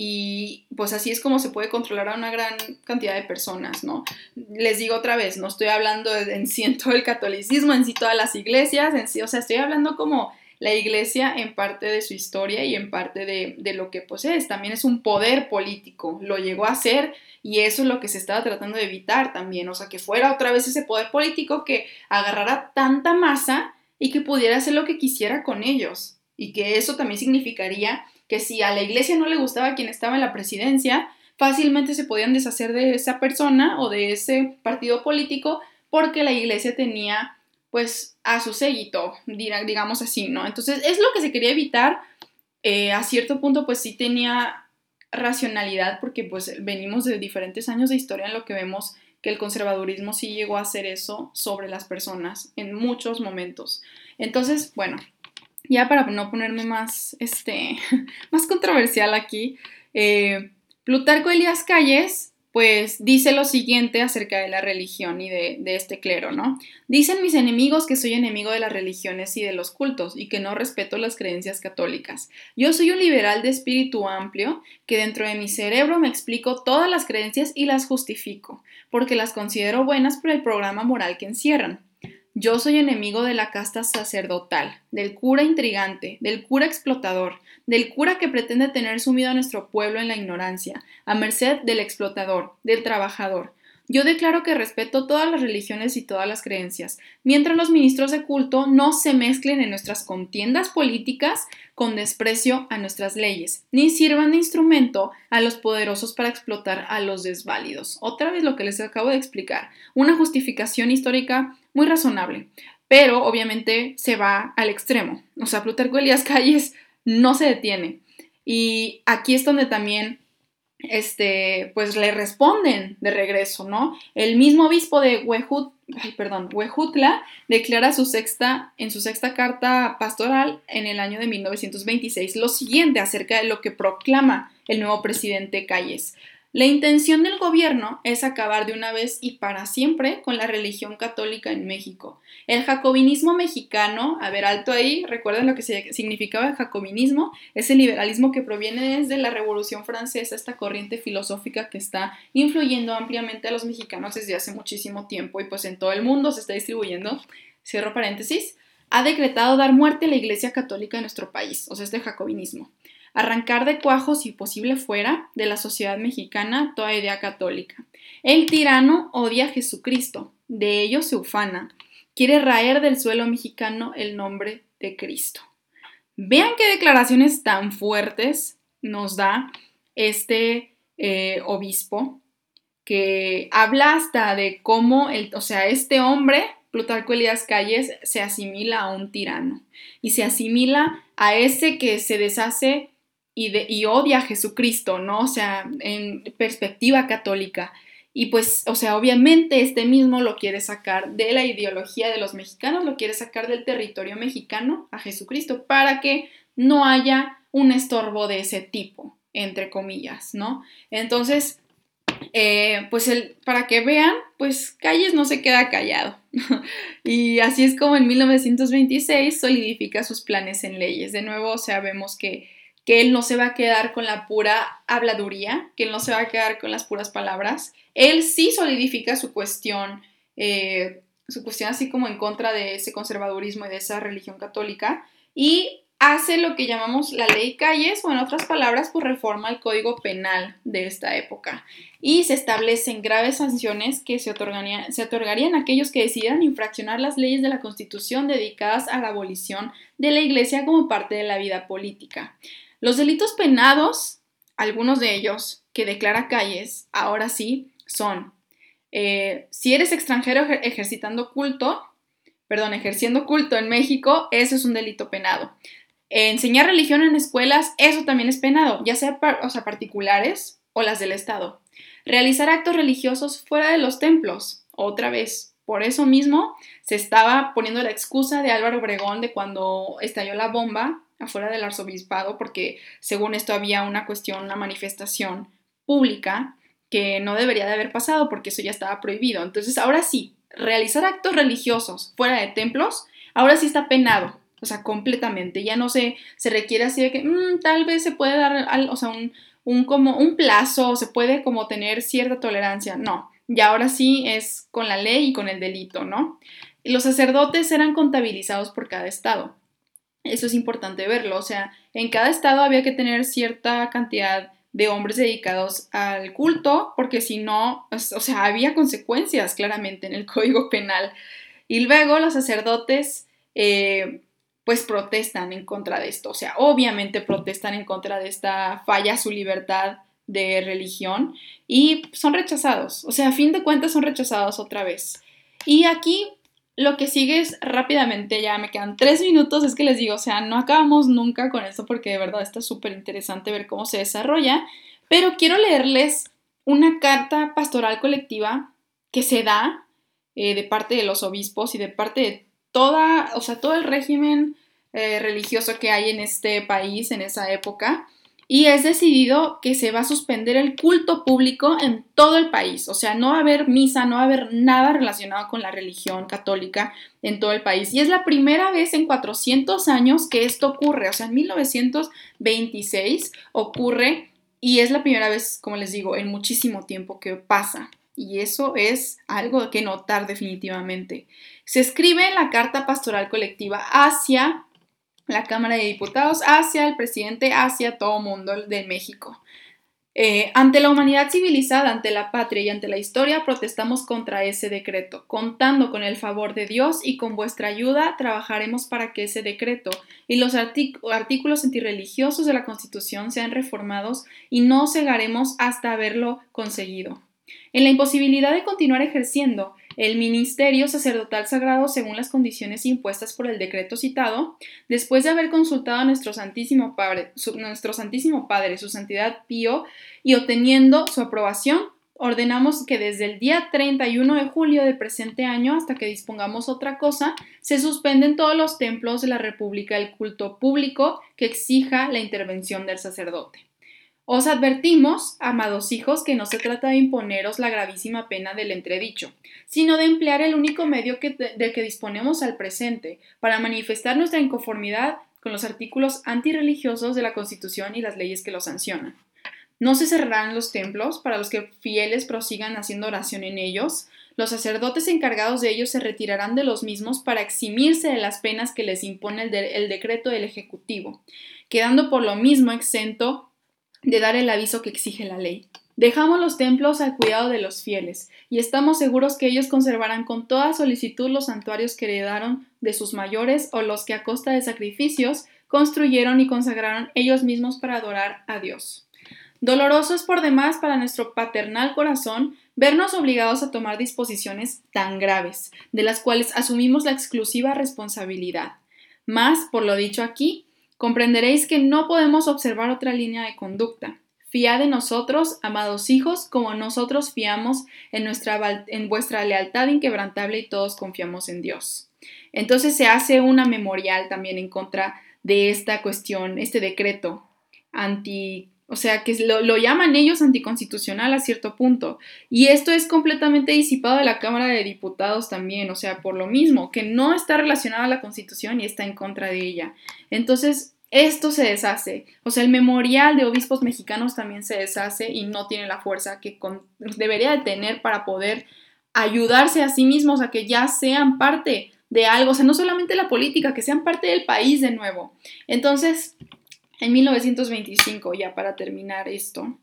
y pues así es como se puede controlar a una gran cantidad de personas, ¿no? Les digo otra vez, no estoy hablando de, en sí en todo el catolicismo, en sí todas las iglesias, en sí, o sea, estoy hablando como la iglesia en parte de su historia y en parte de, de lo que posee, también es un poder político, lo llegó a ser y eso es lo que se estaba tratando de evitar también, o sea, que fuera otra vez ese poder político que agarrara tanta masa y que pudiera hacer lo que quisiera con ellos y que eso también significaría que si a la iglesia no le gustaba quien estaba en la presidencia, fácilmente se podían deshacer de esa persona o de ese partido político porque la iglesia tenía pues a su séquito, digamos así, ¿no? Entonces es lo que se quería evitar, eh, a cierto punto pues sí tenía racionalidad porque pues venimos de diferentes años de historia en lo que vemos que el conservadurismo sí llegó a hacer eso sobre las personas en muchos momentos. Entonces, bueno, ya para no ponerme más, este, más controversial aquí, eh, Plutarco Elías Calles, pues dice lo siguiente acerca de la religión y de, de este clero, ¿no? Dicen mis enemigos que soy enemigo de las religiones y de los cultos y que no respeto las creencias católicas. Yo soy un liberal de espíritu amplio que dentro de mi cerebro me explico todas las creencias y las justifico, porque las considero buenas por el programa moral que encierran. Yo soy enemigo de la casta sacerdotal, del cura intrigante, del cura explotador, del cura que pretende tener sumido a nuestro pueblo en la ignorancia, a merced del explotador, del trabajador. Yo declaro que respeto todas las religiones y todas las creencias, mientras los ministros de culto no se mezclen en nuestras contiendas políticas con desprecio a nuestras leyes, ni sirvan de instrumento a los poderosos para explotar a los desválidos. Otra vez lo que les acabo de explicar, una justificación histórica muy razonable, pero obviamente se va al extremo. O sea, Plutarco Elías Calles no se detiene. Y aquí es donde también este, pues le responden de regreso, ¿no? El mismo obispo de Huejut, ay, perdón, Huejutla declara su sexta, en su sexta carta pastoral en el año de mil novecientos veintiséis lo siguiente acerca de lo que proclama el nuevo presidente Calles. La intención del gobierno es acabar de una vez y para siempre con la religión católica en México. El jacobinismo mexicano, a ver, alto ahí, recuerden lo que significaba el jacobinismo, es el liberalismo que proviene desde la Revolución Francesa, esta corriente filosófica que está influyendo ampliamente a los mexicanos desde hace muchísimo tiempo y pues en todo el mundo se está distribuyendo, cierro paréntesis, ha decretado dar muerte a la Iglesia Católica de nuestro país, o sea, este jacobinismo. Arrancar de cuajo, si posible fuera, de la sociedad mexicana toda idea católica. El tirano odia a Jesucristo, de ello se ufana. Quiere raer del suelo mexicano el nombre de Cristo. Vean qué declaraciones tan fuertes nos da este eh, obispo, que habla hasta de cómo, el, o sea, este hombre Plutarco Elías Calles se asimila a un tirano y se asimila a ese que se deshace y, de, y odia a Jesucristo, ¿no? O sea, en perspectiva católica. Y pues, o sea, obviamente este mismo lo quiere sacar de la ideología de los mexicanos, lo quiere sacar del territorio mexicano a Jesucristo para que no haya un estorbo de ese tipo, entre comillas, ¿no? Entonces, eh, pues el, para que vean, pues Calles no se queda callado. Y así es como en mil novecientos veintiséis solidifica sus planes en leyes. De nuevo, o sea, vemos que que él no se va a quedar con la pura habladuría, que él no se va a quedar con las puras palabras. Él sí solidifica su cuestión, eh, su cuestión así como en contra de ese conservadurismo y de esa religión católica, y hace lo que llamamos la ley Calles, o en otras palabras, pues reforma el código penal de esta época. Y se establecen graves sanciones que se otorgarían, se otorgarían a aquellos que decidieran infraccionar las leyes de la Constitución dedicadas a la abolición de la Iglesia como parte de la vida política. Los delitos penados, algunos de ellos que declara Calles, ahora sí, son eh, si eres extranjero ejer- ejercitando culto, perdón, ejerciendo culto en México, eso es un delito penado. Eh, enseñar religión en escuelas, eso también es penado, ya sea, par- o sea particulares o las del Estado. Realizar actos religiosos fuera de los templos, otra vez. Por eso mismo se estaba poniendo la excusa de Álvaro Obregón de cuando estalló la bomba afuera del arzobispado, porque según esto había una cuestión, una manifestación pública que no debería de haber pasado porque eso ya estaba prohibido. Entonces, ahora sí, realizar actos religiosos fuera de templos, ahora sí está penado, o sea, completamente. Ya no se, se requiere así de que mmm, tal vez se puede dar, al, o sea, un, un, como un plazo, se puede como tener cierta tolerancia. No, ya ahora sí es con la ley y con el delito, ¿no? Y los sacerdotes eran contabilizados por cada estado. Eso es importante verlo, o sea, en cada estado había que tener cierta cantidad de hombres dedicados al culto, porque si no, o sea, había consecuencias claramente en el Código Penal. Y luego los sacerdotes, eh, pues protestan en contra de esto, o sea, obviamente protestan en contra de esta falla a su libertad de religión y son rechazados, o sea, a fin de cuentas son rechazados otra vez. Y aquí lo que sigue es rápidamente, ya me quedan tres minutos, es que les digo, o sea, no acabamos nunca con esto porque de verdad está súper interesante ver cómo se desarrolla, pero quiero leerles una carta pastoral colectiva que se da eh, de parte de los obispos y de parte de toda, o sea, todo el régimen eh, religioso que hay en este país en esa época. Y es decidido que se va a suspender el culto público en todo el país. O sea, no va a haber misa, no va a haber nada relacionado con la religión católica en todo el país. Y es la primera vez en cuatrocientos años que esto ocurre. O sea, en mil novecientos veintiséis ocurre y es la primera vez, como les digo, en muchísimo tiempo que pasa. Y eso es algo que notar definitivamente. Se escribe en la Carta Pastoral Colectiva hacia la Cámara de Diputados, hacia el presidente, hacia todo mundo de México. Eh, ante la humanidad civilizada, ante la patria y ante la historia, protestamos contra ese decreto. Contando con el favor de Dios y con vuestra ayuda, trabajaremos para que ese decreto y los artic- artículos antirreligiosos de la Constitución sean reformados y no cegaremos hasta haberlo conseguido. En la imposibilidad de continuar ejerciendo el ministerio sacerdotal sagrado según las condiciones impuestas por el decreto citado, después de haber consultado a nuestro Santísimo Padre, su, nuestro Santísimo Padre, su Santidad Pío, y obteniendo su aprobación, ordenamos que desde el día treinta y uno de julio del presente año hasta que dispongamos otra cosa, se suspenden todos los templos de la República el culto público que exija la intervención del sacerdote. Os advertimos, amados hijos, que no se trata de imponeros la gravísima pena del entredicho, sino de emplear el único medio que, del que disponemos al presente para manifestar nuestra inconformidad con los artículos antirreligiosos de la Constitución y las leyes que lo sancionan. No se cerrarán los templos para los que fieles prosigan haciendo oración en ellos. Los sacerdotes encargados de ellos se retirarán de los mismos para eximirse de las penas que les impone el, de, el decreto del Ejecutivo, quedando por lo mismo exento de dar el aviso que exige la ley. Dejamos los templos al cuidado de los fieles y estamos seguros que ellos conservarán con toda solicitud los santuarios que heredaron de sus mayores o los que a costa de sacrificios construyeron y consagraron ellos mismos para adorar a Dios. Doloroso es por demás para nuestro paternal corazón vernos obligados a tomar disposiciones tan graves, de las cuales asumimos la exclusiva responsabilidad. Mas, por lo dicho aquí, comprenderéis que no podemos observar otra línea de conducta. Fiad de nosotros, amados hijos, como nosotros fiamos en, nuestra, en vuestra lealtad inquebrantable y todos confiamos en Dios. Entonces se hace una memorial también en contra de esta cuestión, este decreto anti, o sea, que lo, lo llaman ellos anticonstitucional a cierto punto. Y esto es completamente disipado de la Cámara de Diputados también, o sea, por lo mismo, que no está relacionado a la Constitución y está en contra de ella. Entonces, esto se deshace. O sea, el memorial de obispos mexicanos también se deshace y no tiene la fuerza que con, debería de tener para poder ayudarse a sí mismos a que ya sean parte de algo, o sea, no solamente la política, que sean parte del país de nuevo. Entonces, en mil novecientos veinticinco, ya para terminar esto,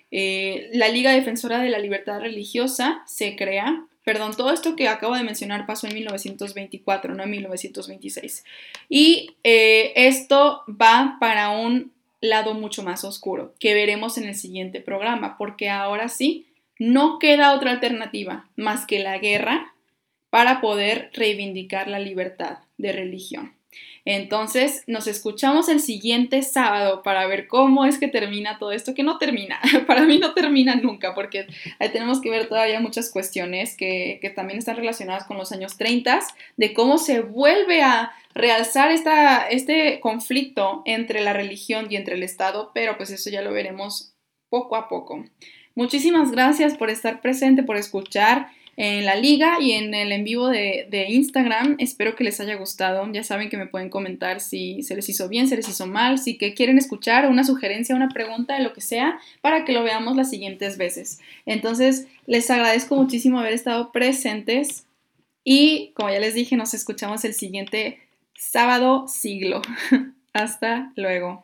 eh, la Liga Defensora de la Libertad Religiosa se crea. Perdón, todo esto que acabo de mencionar pasó en mil novecientos veinticuatro, no en mil novecientos veintiséis. Y eh, esto va para un lado mucho más oscuro, que veremos en el siguiente programa, porque ahora sí, no queda otra alternativa más que la guerra para poder reivindicar la libertad de religión. Entonces, nos escuchamos el siguiente sábado para ver cómo es que termina todo esto, que no termina, para mí no termina nunca, porque ahí tenemos que ver todavía muchas cuestiones que, que también están relacionadas con los años treinta, de cómo se vuelve a realzar esta, este conflicto entre la religión y entre el Estado, pero pues eso ya lo veremos poco a poco. Muchísimas gracias por estar presente, por escuchar en la liga y en el en vivo de, de Instagram. Espero que les haya gustado. Ya saben que me pueden comentar si se les hizo bien, se les hizo mal, si que quieren escuchar una sugerencia, una pregunta, lo que sea, para que lo veamos las siguientes veces. Entonces, les agradezco muchísimo haber estado presentes y, como ya les dije, nos escuchamos el siguiente sábado siglo. Hasta luego.